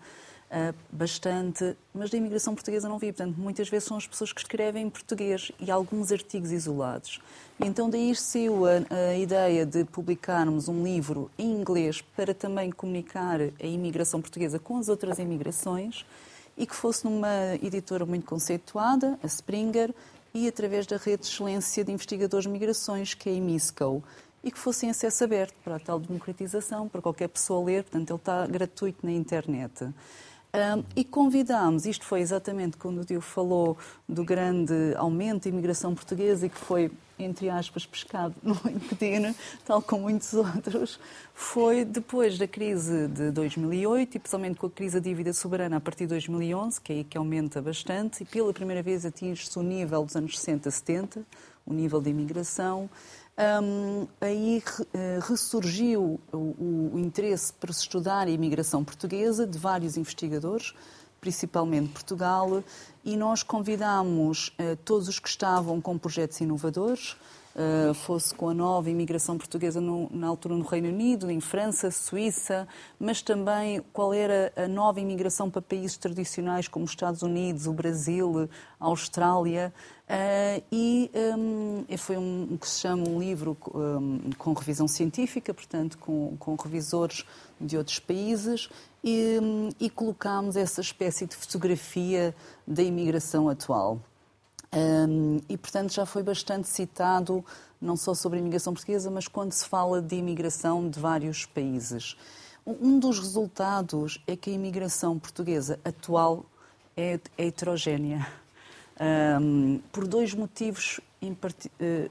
uh, bastante, mas da imigração portuguesa não vi. Portanto, muitas vezes são as pessoas que escrevem em português e alguns artigos isolados. E então daí saiu a, a ideia de publicarmos um livro em inglês para também comunicar a imigração portuguesa com as outras imigrações e que fosse numa editora muito conceituada, a Springer, e através da Rede de Excelência de Investigadores de Migrações, que é a IMISCO, e que fosse em acesso aberto para a tal democratização, para qualquer pessoa ler, portanto ele está gratuito na internet. Um, e convidámos, isto foi exatamente quando o Diogo falou do grande aumento da imigração portuguesa e que foi, entre aspas, pescado no LinkedIn, tal como muitos outros, foi depois da crise de dois mil e oito e principalmente com a crise da dívida soberana a partir de dois mil e onze, que é aí que aumenta bastante e pela primeira vez atinge-se o nível dos anos sessenta, setenta, o nível de imigração. Um, aí uh, ressurgiu o, o, o interesse para se estudar a imigração portuguesa de vários investigadores, principalmente Portugal, e nós convidámos uh, todos os que estavam com projetos inovadores, uh, fosse com a nova imigração portuguesa no, na altura no Reino Unido, em França, Suíça, mas também qual era a nova imigração para países tradicionais como os Estados Unidos, o Brasil, a Austrália. Uh, e um, foi um que se chama um livro um, com revisão científica, portanto, com, com revisores de outros países, e, um, e colocámos essa espécie de fotografia da imigração atual. Um, e, portanto, já foi bastante citado, não só sobre a imigração portuguesa, mas quando se fala de imigração de vários países. Um dos resultados é que a imigração portuguesa atual é, é heterogénea. Um, por dois motivos uh,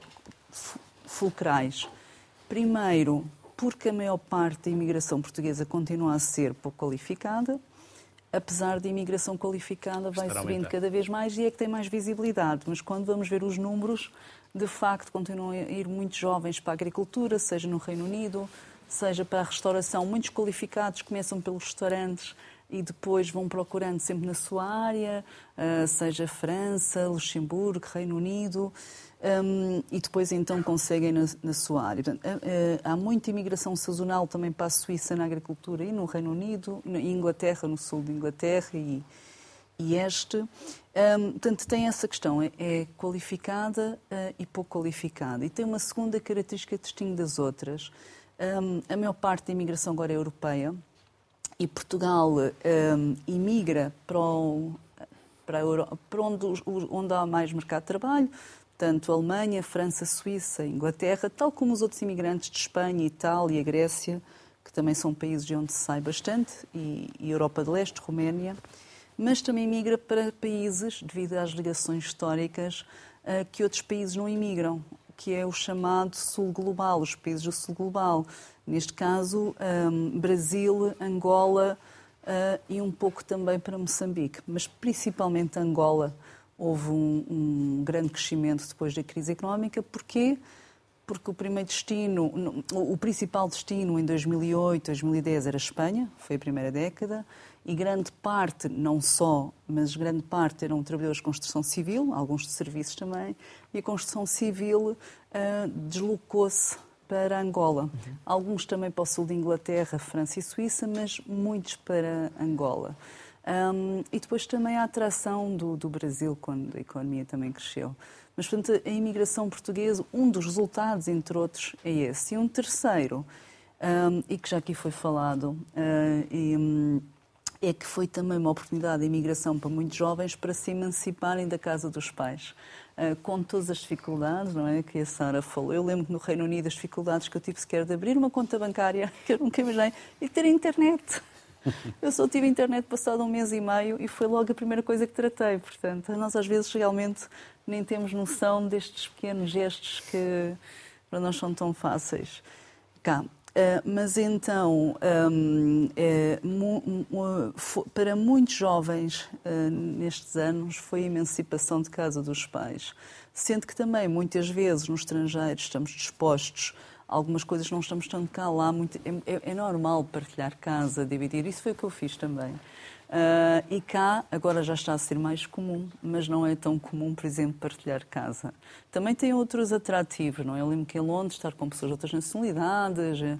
fulcrais. Primeiro, porque a maior parte da imigração portuguesa continua a ser pouco qualificada, apesar da imigração qualificada vai subindo cada vez mais e é que tem mais visibilidade. Mas quando vamos ver os números, de facto, continuam a ir muitos jovens para a agricultura, seja no Reino Unido, seja para a restauração. Muitos qualificados começam pelos restaurantes e depois vão procurando sempre na sua área, seja França, Luxemburgo, Reino Unido, e depois então conseguem na, na sua área. Portanto, há muita imigração sazonal também para a Suíça na agricultura e no Reino Unido, na Inglaterra, no sul de Inglaterra e, e este. Portanto, tem essa questão, é, é qualificada e pouco qualificada. E tem uma segunda característica que distingue das outras. A maior parte da imigração agora é europeia, e Portugal um, imigra para, o, para, a Europa, para onde, onde há mais mercado de trabalho, tanto Alemanha, França, Suíça, Inglaterra, tal como os outros imigrantes de Espanha, Itália, Grécia, que também são países de onde se sai bastante, e, e Europa de Leste, Roménia, mas também imigra para países, devido às ligações históricas, uh, que outros países não imigram, que é o chamado Sul Global, os países do Sul Global. Neste caso, um, Brasil, Angola uh, e um pouco também para Moçambique. Mas principalmente Angola houve um, um grande crescimento depois da crise económica. Porquê? Porque o primeiro destino, o principal destino em dois mil e oito, dois mil e dez era a Espanha, foi a primeira década, e grande parte, não só, mas grande parte eram trabalhadores de construção civil, alguns de serviços também, e a construção civil uh, deslocou-se para Angola. Uhum. Alguns também para o sul de Inglaterra, França e Suíça, mas muitos para Angola. Um, e depois também a atração do, do Brasil, quando a economia também cresceu. Mas, portanto, a imigração portuguesa, um dos resultados, entre outros, é esse. E um terceiro, um, e que já aqui foi falado, uh, e, um, é que foi também uma oportunidade de imigração para muitos jovens para se emanciparem da casa dos pais. Uh, com todas as dificuldades, não é, que a Sara falou. Eu lembro que no Reino Unido as dificuldades que eu tive sequer de abrir uma conta bancária, que eu nunca imaginei, e ter internet. Eu só tive internet passado um mês e meio e foi logo a primeira coisa que tratei. Portanto, nós às vezes realmente nem temos noção destes pequenos gestos que para nós são tão fáceis. Cá. Uh, mas então, um, é, mu, mu, for, para muitos jovens uh, nestes anos foi a emancipação de casa dos pais. Sendo que também, muitas vezes, no estrangeiro estamos dispostos, algumas coisas não estamos tanto cá, lá, muito, é, é normal partilhar casa, dividir, isso foi o que eu fiz também. Uh, e cá, agora já está a ser mais comum, mas não é tão comum, por exemplo, partilhar casa. Também tem outros atrativos, não é? Eu lembro que em Londres, estar com pessoas de outras nacionalidades,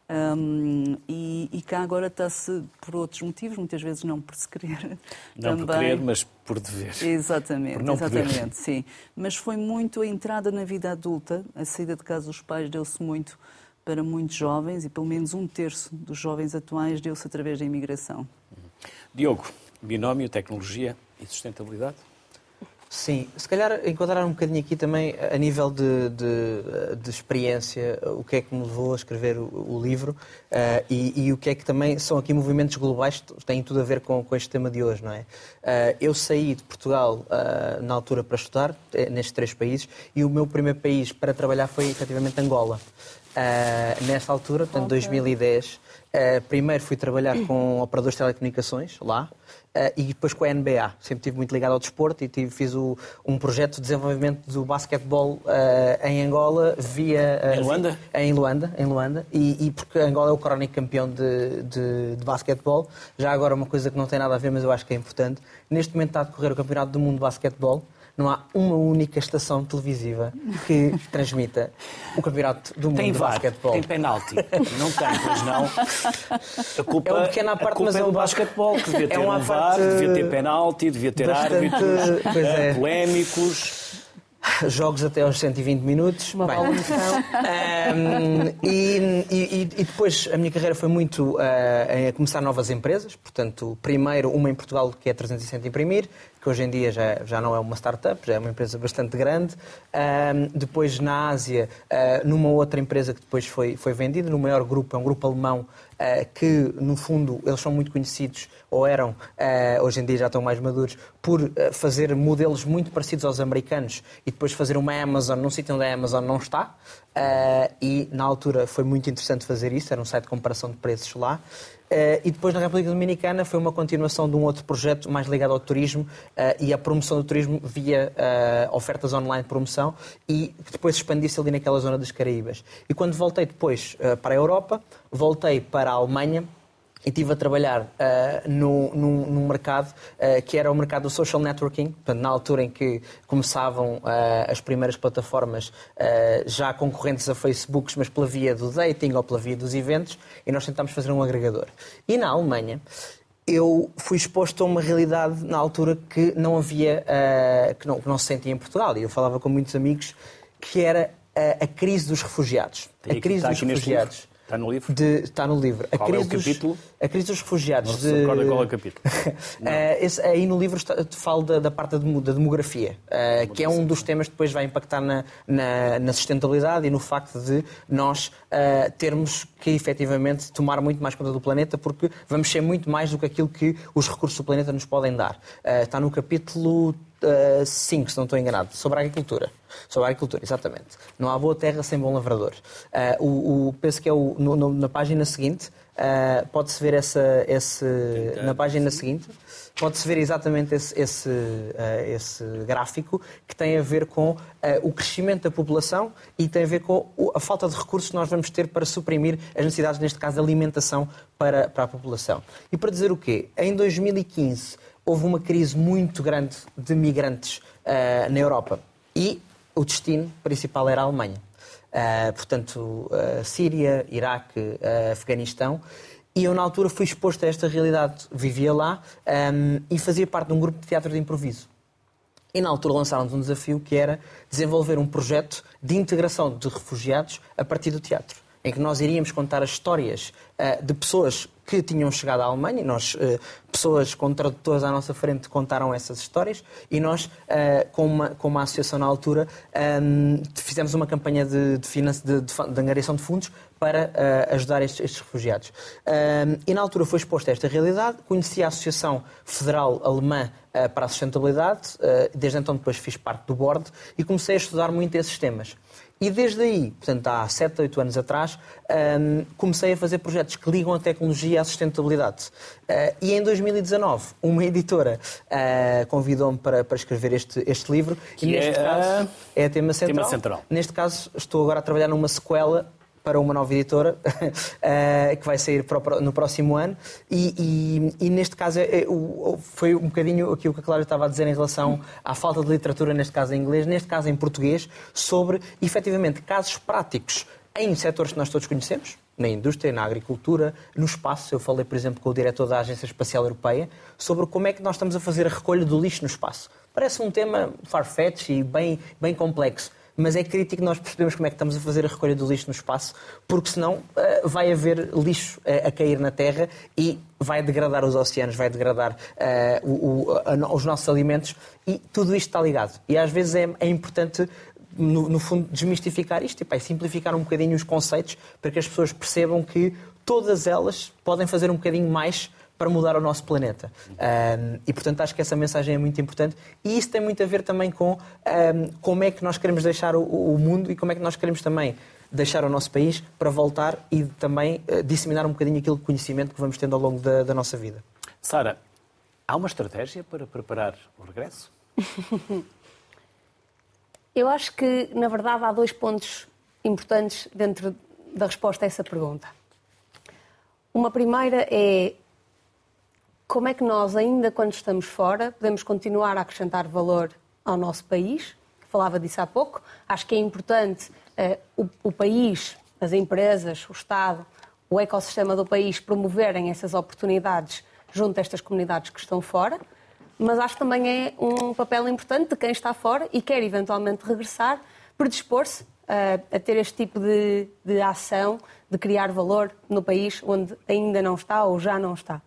Um, e, e cá agora está-se por outros motivos, muitas vezes não por se querer. Não também. por querer, mas por dever. Exatamente, por não exatamente, poder. sim. Mas foi muito a entrada na vida adulta, a saída de casa dos pais deu-se muito para muitos jovens e pelo menos um terço dos jovens atuais deu-se através da imigração. Diogo, binómio, tecnologia e sustentabilidade? Sim, se calhar enquadrar um bocadinho aqui também a nível de, de, de experiência, o que é que me levou a escrever o, o livro uh, e, e o que é que também são aqui movimentos globais que têm tudo a ver com, com este tema de hoje, não é? Uh, eu saí de Portugal uh, na altura para estudar, nestes três países, e o meu primeiro país para trabalhar foi efetivamente Angola. Uh, nessa altura, portanto, okay. dois mil e dez, uh, primeiro fui trabalhar com operadores de telecomunicações lá, Uh, e depois com a N B A. Sempre estive muito ligado ao desporto e tive, fiz o, um projeto de desenvolvimento do basquetebol uh, em Angola via... Uh, em Luanda? Via, em Luanda, em Luanda. E, e porque Angola é o crónico campeão de, de, de basquetebol. Já agora uma coisa que não tem nada a ver, mas eu acho que é importante. Neste momento está a decorrer o Campeonato do Mundo de Basquetebol. Não há uma única estação televisiva que transmita o Campeonato do Mundo tem de V A R, Basquetebol. Tem penalti. Não tem, pois não. A culpa, é uma pequena parte, a culpa mas é é do um basquetebol, que devia ter é uma um V A R, parte devia ter penalti, devia ter bastante, árbitros, pois é. polémicos. Jogos até aos cento e vinte minutos. Uma boa noção. um, e, e, e depois a minha carreira foi muito uh, a começar novas empresas. Portanto, primeiro uma em Portugal que é trezentos e sessenta Imprimir, que hoje em dia já, já não é uma startup, já é uma empresa bastante grande. Um, depois na Ásia, uh, numa outra empresa que depois foi, foi vendida, no maior grupo, é um grupo alemão, uh, que no fundo eles são muito conhecidos, ou eram, uh, hoje em dia já estão mais maduros, por uh, fazer modelos muito parecidos aos americanos e depois fazer uma Amazon num sítio onde a Amazon não está. Uh, e na altura foi muito interessante fazer isso, era um site de comparação de preços lá. Uh, e depois na República Dominicana foi uma continuação de um outro projeto mais ligado ao turismo uh, e à promoção do turismo via uh, ofertas online de promoção e que depois expandisse ali naquela zona dos Caraíbas. E quando voltei depois uh, para a Europa, voltei para a Alemanha e estive a trabalhar uh, no, num, num mercado uh, que era o mercado do social networking, portanto, na altura em que começavam uh, as primeiras plataformas uh, já concorrentes a Facebook, mas pela via do dating ou pela via dos eventos, e nós tentámos fazer um agregador. E na Alemanha eu fui exposto a uma realidade na altura que não havia, uh, que, não, que não se sentia em Portugal, e eu falava com muitos amigos, que era uh, a crise dos refugiados. Tem a crise dos refugiados. Está no livro? De, está no livro. Qual a crise é o capítulo? Dos, a crise dos refugiados. Não se recorda qual é o capítulo. uh, esse, aí no livro está, te falo da, da parte da, da demografia, uh, que é um dos temas que depois vai impactar na, na, na sustentabilidade e no facto de nós uh, termos que efetivamente tomar muito mais conta do planeta, porque vamos ser muito mais do que aquilo que os recursos do planeta nos podem dar. Uh, está no capítulo cinco, uh, se não estou enganado, sobre a agricultura. Sobre a agricultura, exatamente. Não há boa terra sem bom lavrador. Uh, o, o, penso que é o, no, no, na página seguinte, uh, pode-se ver essa, esse, na página seguinte, pode-se ver exatamente esse, esse, uh, esse gráfico que tem a ver com uh, o crescimento da população e tem a ver com a falta de recursos que nós vamos ter para suprimir as necessidades, neste caso, de alimentação para, para a população. E para dizer o quê? Em dois mil e quinze houve uma crise muito grande de migrantes uh, na Europa e o destino principal era a Alemanha. Uh, portanto, uh, Síria, Iraque, uh, Afeganistão. E eu, na altura, fui exposto a esta realidade. Vivia lá um, e fazia parte de um grupo de teatro de improviso. E, na altura, lançaram-nos um desafio que era desenvolver um projeto de integração de refugiados a partir do teatro, em que nós iríamos contar as histórias uh, de pessoas que tinham chegado à Alemanha, e nós, uh, pessoas com tradutores à nossa frente, contaram essas histórias, e nós, uh, com, uma, com uma associação na altura, um, fizemos uma campanha de, de, finance, de, de, de angariação de fundos para uh, ajudar estes, estes refugiados. Um, e na altura foi exposta a esta realidade, conheci a Associação Federal Alemã uh, para a Sustentabilidade, uh, desde então depois fiz parte do board, e comecei a estudar muito esses temas. E desde aí, portanto, há sete, oito anos atrás, um, comecei a fazer projetos que ligam a tecnologia à sustentabilidade. Uh, e em dois mil e dezanove, uma editora uh, convidou-me para, para escrever este, este livro. Que e neste é, caso, uh... é a tema central. tema central. Neste caso, estou agora a trabalhar numa sequela para uma nova editora, uh, que vai sair no próximo ano. E, e, e neste caso, é, é, foi um bocadinho aquilo que a Cláudia estava a dizer em relação à falta de literatura, neste caso em inglês, neste caso em português, sobre, efetivamente, casos práticos em setores que nós todos conhecemos, na indústria, na agricultura, no espaço. Eu falei, por exemplo, com o diretor da Agência Espacial Europeia sobre como é que nós estamos a fazer a recolha do lixo no espaço. Parece um tema farfetch e bem, bem complexo, mas é crítico nós percebemos como é que estamos a fazer a recolha do lixo no espaço, porque senão uh, vai haver lixo uh, a cair na Terra e vai degradar os oceanos, vai degradar uh, o, o, a, os nossos alimentos, e tudo isto está ligado. E às vezes é, é importante, no, no fundo, desmistificar isto e pá, simplificar um bocadinho os conceitos para que as pessoas percebam que todas elas podem fazer um bocadinho mais para mudar o nosso planeta. Um, e, portanto, acho que essa mensagem é muito importante. E isso tem muito a ver também com um, como é que nós queremos deixar o, o mundo e como é que nós queremos também deixar o nosso país para voltar e também uh, disseminar um bocadinho aquele conhecimento que vamos tendo ao longo da, da nossa vida. Sara, há uma estratégia para preparar o regresso? Eu acho que, na verdade, há dois pontos importantes dentro da resposta a essa pergunta. Uma primeira é como é que nós, ainda quando estamos fora, podemos continuar a acrescentar valor ao nosso país. Falava disso há pouco. Acho que é importante uh, o, o país, as empresas, o Estado, o ecossistema do país promoverem essas oportunidades junto a estas comunidades que estão fora. Mas acho que também é um papel importante de quem está fora e quer eventualmente regressar, predispor-se uh, a ter este tipo de, de ação, de criar valor no país onde ainda não está ou já não está.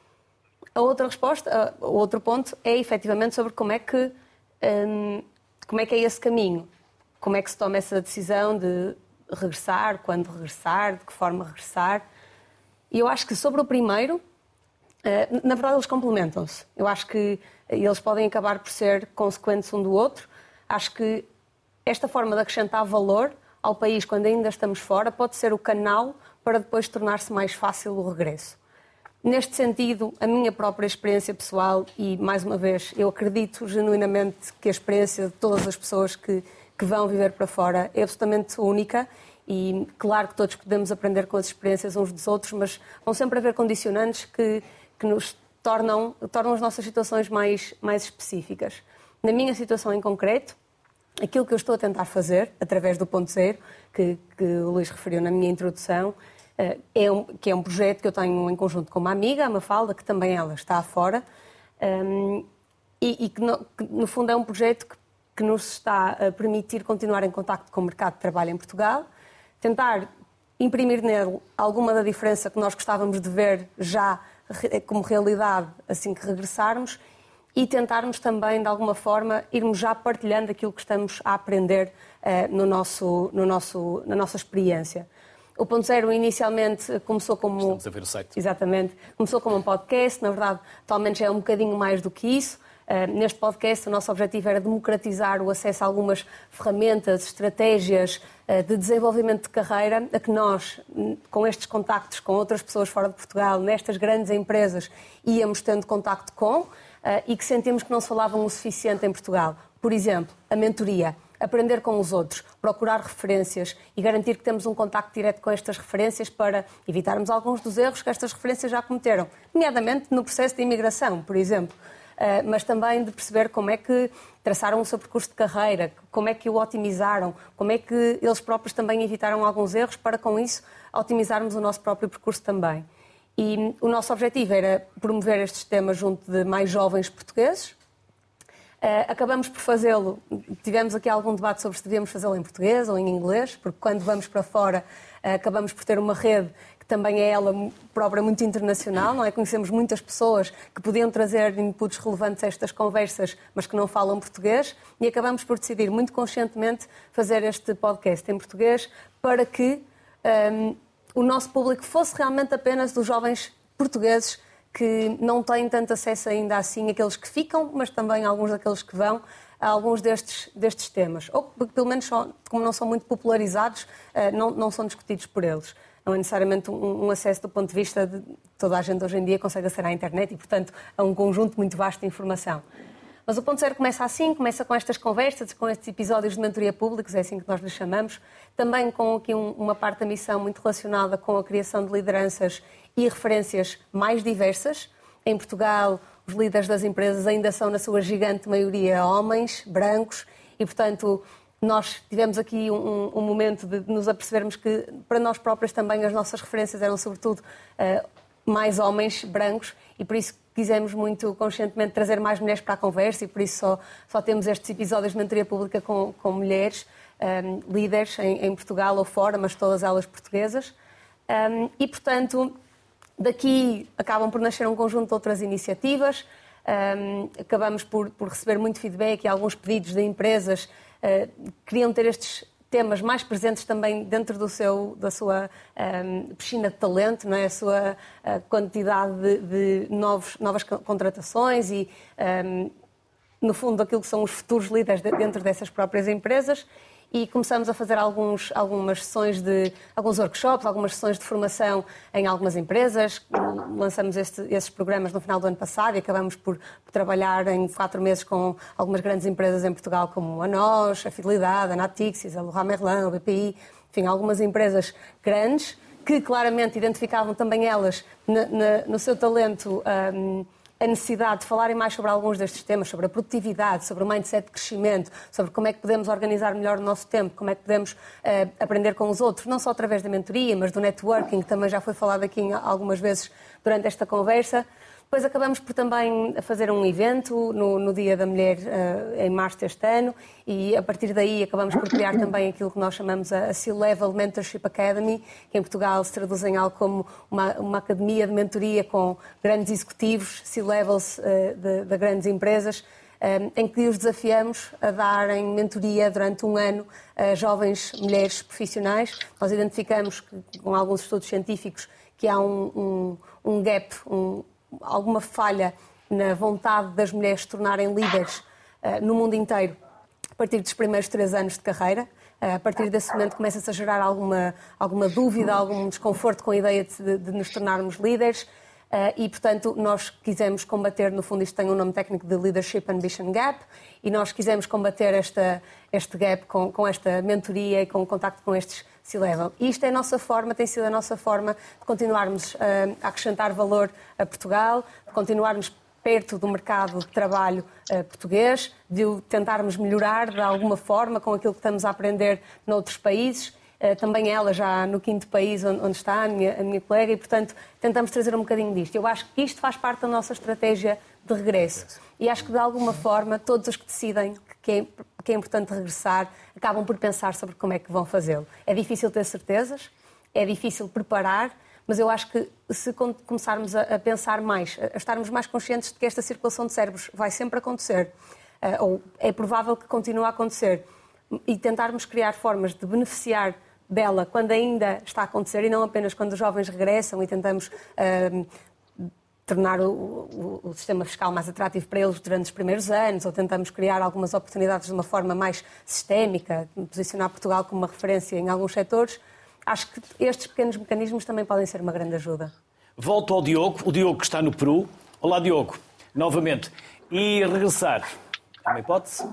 A outra resposta, o outro ponto, é efetivamente sobre como é que um, como é que é esse caminho, como é que se toma essa decisão de regressar, quando regressar, de que forma regressar. E eu acho que sobre o primeiro, uh, na verdade eles complementam-se. Eu acho que eles podem acabar por ser consequentes um do outro. Acho que esta forma de acrescentar valor ao país quando ainda estamos fora pode ser o canal para depois tornar-se mais fácil o regresso. Neste sentido, a minha própria experiência pessoal, e mais uma vez, eu acredito genuinamente que a experiência de todas as pessoas que, que vão viver para fora é absolutamente única e claro que todos podemos aprender com as experiências uns dos outros, mas vão sempre haver condicionantes que, que nos tornam, tornam as nossas situações mais, mais específicas. Na minha situação em concreto, aquilo que eu estou a tentar fazer, através do Ponto Zero, que, que o Luís referiu na minha introdução, É um, que é um projeto que eu tenho em conjunto com uma amiga, a Mafalda, que também ela está fora, um, e, e que, no, que no fundo é um projeto que, que nos está a permitir continuar em contacto com o mercado de trabalho em Portugal, tentar imprimir nele alguma da diferença que nós gostávamos de ver já como realidade assim que regressarmos e tentarmos também, de alguma forma, irmos já partilhando aquilo que estamos a aprender uh, no nosso, no nosso, na nossa experiência. O Ponto Zero inicialmente começou como... Estamos a ver o site. Exatamente. Começou como um podcast, na verdade, atualmente já é um bocadinho mais do que isso. Uh, neste podcast o nosso objetivo era democratizar o acesso a algumas ferramentas, estratégias uh, de desenvolvimento de carreira, a que nós, com estes contactos com outras pessoas fora de Portugal, nestas grandes empresas, íamos tendo contacto com uh, e que sentimos que não se falavam o suficiente em Portugal. Por exemplo, a mentoria. Aprender com os outros, procurar referências e garantir que temos um contacto direto com estas referências para evitarmos alguns dos erros que estas referências já cometeram, nomeadamente no processo de imigração, por exemplo, uh, mas também de perceber como é que traçaram o seu percurso de carreira, como é que o otimizaram, como é que eles próprios também evitaram alguns erros para, com isso, otimizarmos o nosso próprio percurso também. E o nosso objetivo era promover estes temas junto de mais jovens portugueses. Uh, acabamos por fazê-lo, tivemos aqui algum debate sobre se devíamos fazê-lo em português ou em inglês, porque quando vamos para fora uh, acabamos por ter uma rede que também é ela própria muito internacional, não é? Conhecemos muitas pessoas que podiam trazer inputs relevantes a estas conversas, mas que não falam português, e acabamos por decidir muito conscientemente fazer este podcast em português para que um, o nosso público fosse realmente apenas dos jovens portugueses que não têm tanto acesso ainda assim, aqueles que ficam, mas também alguns daqueles que vão, a alguns destes, destes temas. Ou, pelo menos, só, como não são muito popularizados, não, não são discutidos por eles. Não é necessariamente um, um acesso do ponto de vista de toda a gente hoje em dia consegue acessar à internet e, portanto, a um conjunto muito vasto de informação. Mas o Ponto Zero começa assim, começa com estas conversas, com estes episódios de mentoria públicos, é assim que nós lhes chamamos, também com aqui um, uma parte da missão muito relacionada com a criação de lideranças e referências mais diversas. Em Portugal, os líderes das empresas ainda são, na sua gigante maioria, homens, brancos, e, portanto, nós tivemos aqui um, um momento de nos apercebermos que, para nós próprias também, as nossas referências eram, sobretudo, uh, mais homens brancos, e por isso quisemos muito conscientemente trazer mais mulheres para a conversa, e por isso só, só temos estes episódios de mentoria pública com, com mulheres um, líderes em, em Portugal ou fora, mas todas elas portuguesas. Um, e, portanto, daqui acabam por nascer um conjunto de outras iniciativas. Um, acabamos por, por receber muito feedback e alguns pedidos de empresas uh, queriam ter estes temas mais presentes também dentro do seu, da sua um, piscina de talento, não é? A sua a quantidade de, de novos, novas contratações e, um, no fundo, aquilo que são os futuros líderes dentro dessas próprias empresas. E começamos a fazer alguns, algumas sessões de, alguns workshops, algumas sessões de formação em algumas empresas. Lançamos este, esses programas no final do ano passado e acabamos por, por trabalhar em quatro meses com algumas grandes empresas em Portugal, como a Nós, a Fidelidade, a Natixis, a Leroy Merlin, o B P I, enfim, algumas empresas grandes que claramente identificavam também elas na, na, no seu talento um, a necessidade de falarem mais sobre alguns destes temas, sobre a produtividade, sobre o mindset de crescimento, sobre como é que podemos organizar melhor o nosso tempo, como é que podemos uh, aprender com os outros, não só através da mentoria, mas do networking, que também já foi falado aqui algumas vezes durante esta conversa. Depois acabamos por também fazer um evento no, no Dia da Mulher uh, em março deste ano, e a partir daí acabamos por criar também aquilo que nós chamamos a C-Level Mentorship Academy, que em Portugal se traduz em algo como uma, uma academia de mentoria com grandes executivos, C-Levels uh, de, de grandes empresas, um, em que os desafiamos a darem mentoria durante um ano a jovens mulheres profissionais. Nós identificamos, que, com alguns estudos científicos, que há um, um, um gap, um alguma falha na vontade das mulheres se tornarem líderes uh, no mundo inteiro a partir dos primeiros três anos de carreira. Uh, a partir desse momento começa-se a gerar alguma, alguma dúvida, algum desconforto com a ideia de, de nos tornarmos líderes. Uh, e, portanto, nós quisemos combater, no fundo isto tem um nome técnico de Leadership Ambition Gap, e nós quisemos combater esta, este gap com, com esta mentoria e com o contacto com estes C-Level. E isto é a nossa forma, tem sido a nossa forma de continuarmos uh, a acrescentar valor a Portugal, de continuarmos perto do mercado de trabalho uh, português, de o tentarmos melhorar de alguma forma com aquilo que estamos a aprender noutros países. Uh, também ela já no quinto país onde, onde está, a minha, a minha colega, e, portanto, tentamos trazer um bocadinho disto. Eu acho que isto faz parte da nossa estratégia de regresso. E acho que, de alguma forma, todos os que decidem que é, que é importante regressar acabam por pensar sobre como é que vão fazê-lo. É difícil ter certezas, é difícil preparar, mas eu acho que se começarmos a, a pensar mais, a estarmos mais conscientes de que esta circulação de cérebros vai sempre acontecer, uh, ou é provável que continue a acontecer, e tentarmos criar formas de beneficiar dela quando ainda está a acontecer e não apenas quando os jovens regressam e tentamos uh, tornar o, o, o sistema fiscal mais atrativo para eles durante os primeiros anos, ou tentamos criar algumas oportunidades de uma forma mais sistémica, posicionar Portugal como uma referência em alguns setores. Acho que estes pequenos mecanismos também podem ser uma grande ajuda. Volto ao Diogo, o Diogo que está no Peru. Olá, Diogo, novamente. E regressar, é uma hipótese?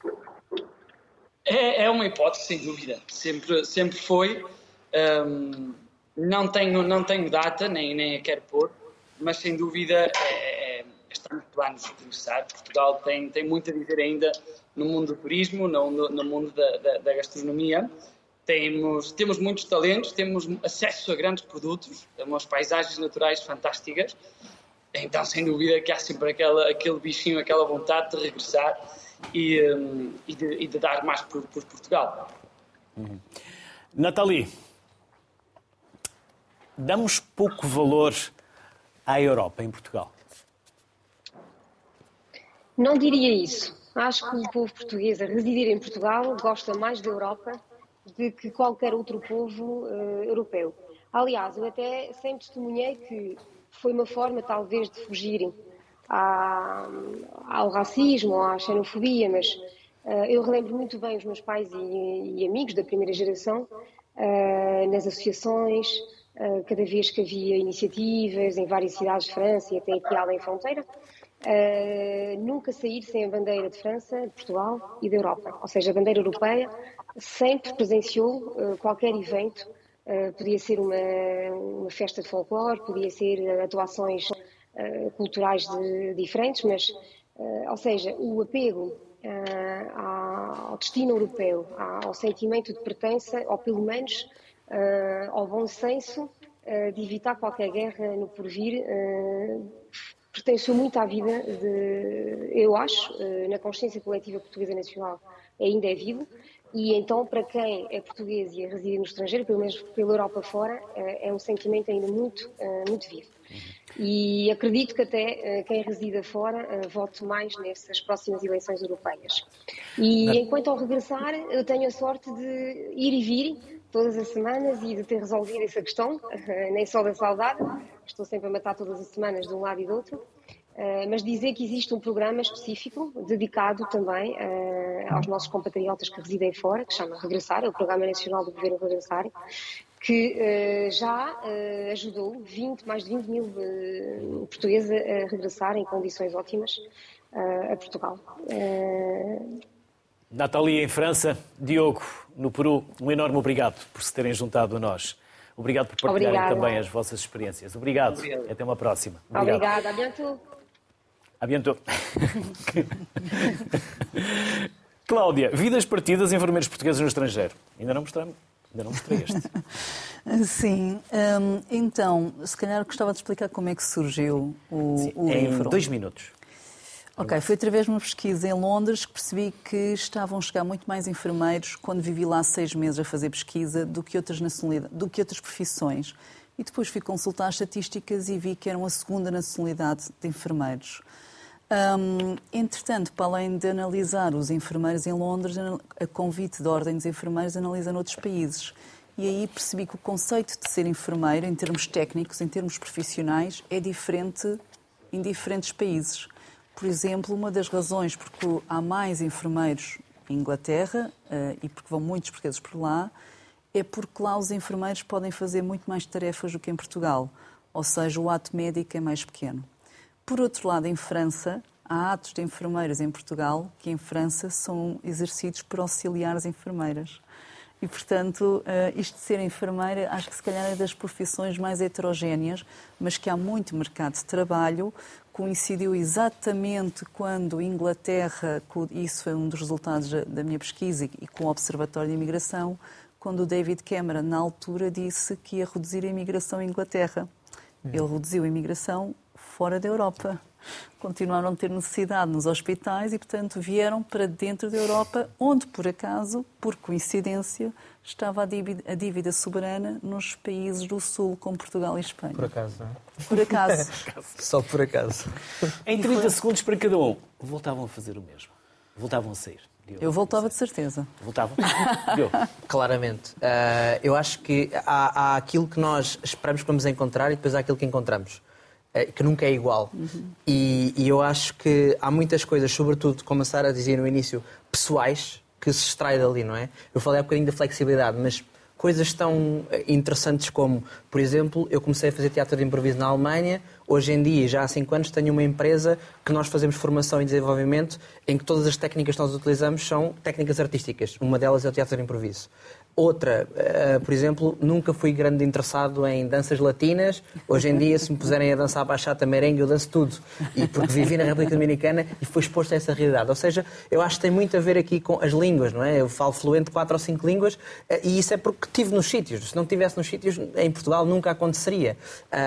É, é uma hipótese, sem dúvida. Sempre, sempre foi. Um, não, tenho, não tenho data, nem, nem a quero pôr, mas sem dúvida é, é, estamos planos de regressar. Portugal tem, tem muito a dizer ainda no mundo do turismo, no, no, no mundo da, da, da gastronomia. Temos, temos muitos talentos, temos acesso a grandes produtos, temos paisagens naturais fantásticas. Então, sem dúvida que há sempre aquela, aquele bichinho, aquela vontade de regressar e, um, e, de, e de dar mais por, por Portugal. Uhum. Nathalie, damos pouco valor à Europa em Portugal? Não diria isso. Acho que o povo português a residir em Portugal gosta mais da Europa do que qualquer outro povo uh, europeu. Aliás, eu até sempre testemunhei que foi uma forma, talvez, de fugirem à, ao racismo ou à xenofobia, mas uh, eu relembro muito bem os meus pais e, e amigos da primeira geração uh, nas associações, uh, cada vez que havia iniciativas em várias cidades de França e até aqui além fronteira, uh, nunca sair sem a bandeira de França, de Portugal e da Europa. Ou seja, a bandeira europeia sempre presenciou uh, qualquer evento. Uh, podia ser uma, uma festa de folclore, podia ser atuações uh, culturais de, diferentes, mas, uh, ou seja, o apego ao destino europeu, ao sentimento de pertença, ou pelo menos ao bom senso de evitar qualquer guerra no porvir. Pertenceu muito à vida, de, eu acho, na consciência coletiva portuguesa nacional ainda é vivo, e então para quem é português e reside no estrangeiro, pelo menos pela Europa fora, é um sentimento ainda muito, muito vivo. E acredito que até quem resida fora vote mais nessas próximas eleições europeias. E enquanto ao regressar, eu tenho a sorte de ir e vir todas as semanas e de ter resolvido essa questão, nem só da saudade, estou sempre a matar todas as semanas de um lado e do outro, mas dizer que existe um programa específico dedicado também aos nossos compatriotas que residem fora, que se chama Regressar, é o Programa Nacional do Governo Regressar, que já ajudou vinte, mais de vinte mil portugueses a regressar em condições ótimas a Portugal. Nathalie em França, Diogo no Peru, um enorme obrigado por se terem juntado a nós. Obrigado por partilharem Obrigada. também as vossas experiências. Obrigado. Obrigado. Até uma próxima. Obrigado. Obrigada. A bientôt. A bientôt. Cláudia, vidas partidas em enfermeiros portugueses no estrangeiro. Ainda não mostramos. Ainda não mostrei este. Sim. Um, então, se calhar gostava de explicar como é que surgiu o, Sim, o em livro. Em dois minutos. Ok, foi através de uma pesquisa em Londres que percebi que estavam a chegar muito mais enfermeiros quando vivi lá seis meses a fazer pesquisa do que outras nacionalidades, do que outras profissões. E depois fui consultar as estatísticas e vi que eram a segunda nacionalidade de enfermeiros. Um, entretanto, para além de analisar os enfermeiros em Londres, a convite da Ordem dos Enfermeiros analisa noutros países. E aí percebi que o conceito de ser enfermeiro, em termos técnicos, em termos profissionais, é diferente em diferentes países. Por exemplo, uma das razões porque há mais enfermeiros em Inglaterra uh, e porque vão muitos portugueses por lá, é porque lá os enfermeiros podem fazer muito mais tarefas do que em Portugal. Ou seja, o ato médico é mais pequeno. Por outro lado, em França, há atos de enfermeiras em Portugal que em França são exercidos por auxiliares enfermeiras. E, portanto, isto de ser enfermeira, acho que se calhar é das profissões mais heterogéneas, mas que há muito mercado de trabalho. Coincidiu exatamente quando Inglaterra, isso foi um dos resultados da minha pesquisa e com o Observatório de Imigração, quando o David Cameron, na altura, disse que ia reduzir a imigração em Inglaterra. Ele reduziu a imigração fora da Europa. Continuaram a ter necessidade nos hospitais e, portanto, vieram para dentro da Europa, onde, por acaso, por coincidência, estava a dívida, a dívida soberana nos países do Sul, como Portugal e Espanha. Por acaso, não é? Por acaso. Só por acaso. Em trinta segundos para cada um, voltavam a fazer o mesmo. Voltavam a sair. Diogo. Eu voltava de certeza. Voltavam? Diogo. Claramente. Uh, eu acho que há, há aquilo que nós esperamos que vamos encontrar e depois há aquilo que encontramos. Que nunca é igual. Uhum. E, e eu acho que há muitas coisas, sobretudo, como a Sara dizia no início, pessoais, que se extrai dali, não é? Eu falei há bocadinho da flexibilidade, mas coisas tão interessantes como, por exemplo, eu comecei a fazer teatro de improviso na Alemanha, hoje em dia, já há cinco anos, tenho uma empresa que nós fazemos formação e desenvolvimento em que todas as técnicas que nós utilizamos são técnicas artísticas. Uma delas é o teatro de improviso. Outra, uh, por exemplo, nunca fui grande interessado em danças latinas. Hoje em dia, se me puserem a dançar bachata, merengue, eu danço tudo. E porque vivi na República Dominicana e fui exposto a essa realidade. Ou seja, eu acho que tem muito a ver aqui com as línguas, não é? Eu falo fluente quatro ou cinco línguas uh, e isso é porque estive nos sítios. Se não estivesse nos sítios, em Portugal nunca aconteceria.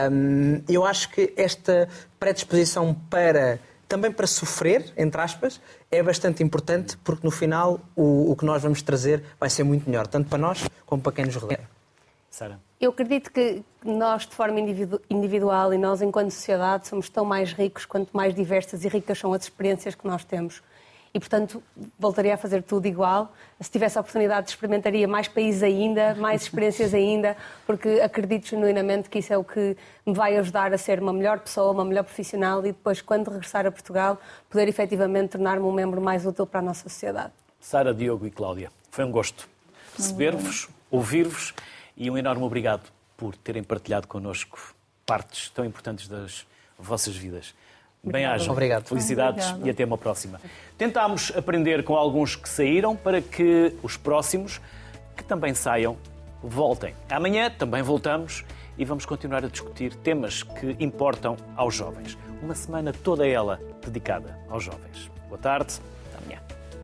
Um, eu acho que esta predisposição para... também para sofrer, entre aspas, é bastante importante porque no final o, o que nós vamos trazer vai ser muito melhor, tanto para nós como para quem nos rodeia. Sara? Eu acredito que nós, de forma individu- individual e nós, enquanto sociedade, somos tão mais ricos quanto mais diversas e ricas são as experiências que nós temos. E, portanto, voltaria a fazer tudo igual. Se tivesse a oportunidade, experimentaria mais países ainda, mais experiências ainda, porque acredito genuinamente que isso é o que me vai ajudar a ser uma melhor pessoa, uma melhor profissional e depois, quando regressar a Portugal, poder efetivamente tornar-me um membro mais útil para a nossa sociedade. Sara, Diogo e Cláudia, foi um gosto receber-vos, ouvir-vos e um enorme obrigado por terem partilhado connosco partes tão importantes das vossas vidas. Bem-aja, obrigado. Felicidades Obrigada. E até uma próxima. Tentámos aprender com alguns que saíram para que os próximos, que também saiam, voltem. Amanhã também voltamos e vamos continuar a discutir temas que importam aos jovens. Uma semana toda ela dedicada aos jovens. Boa tarde.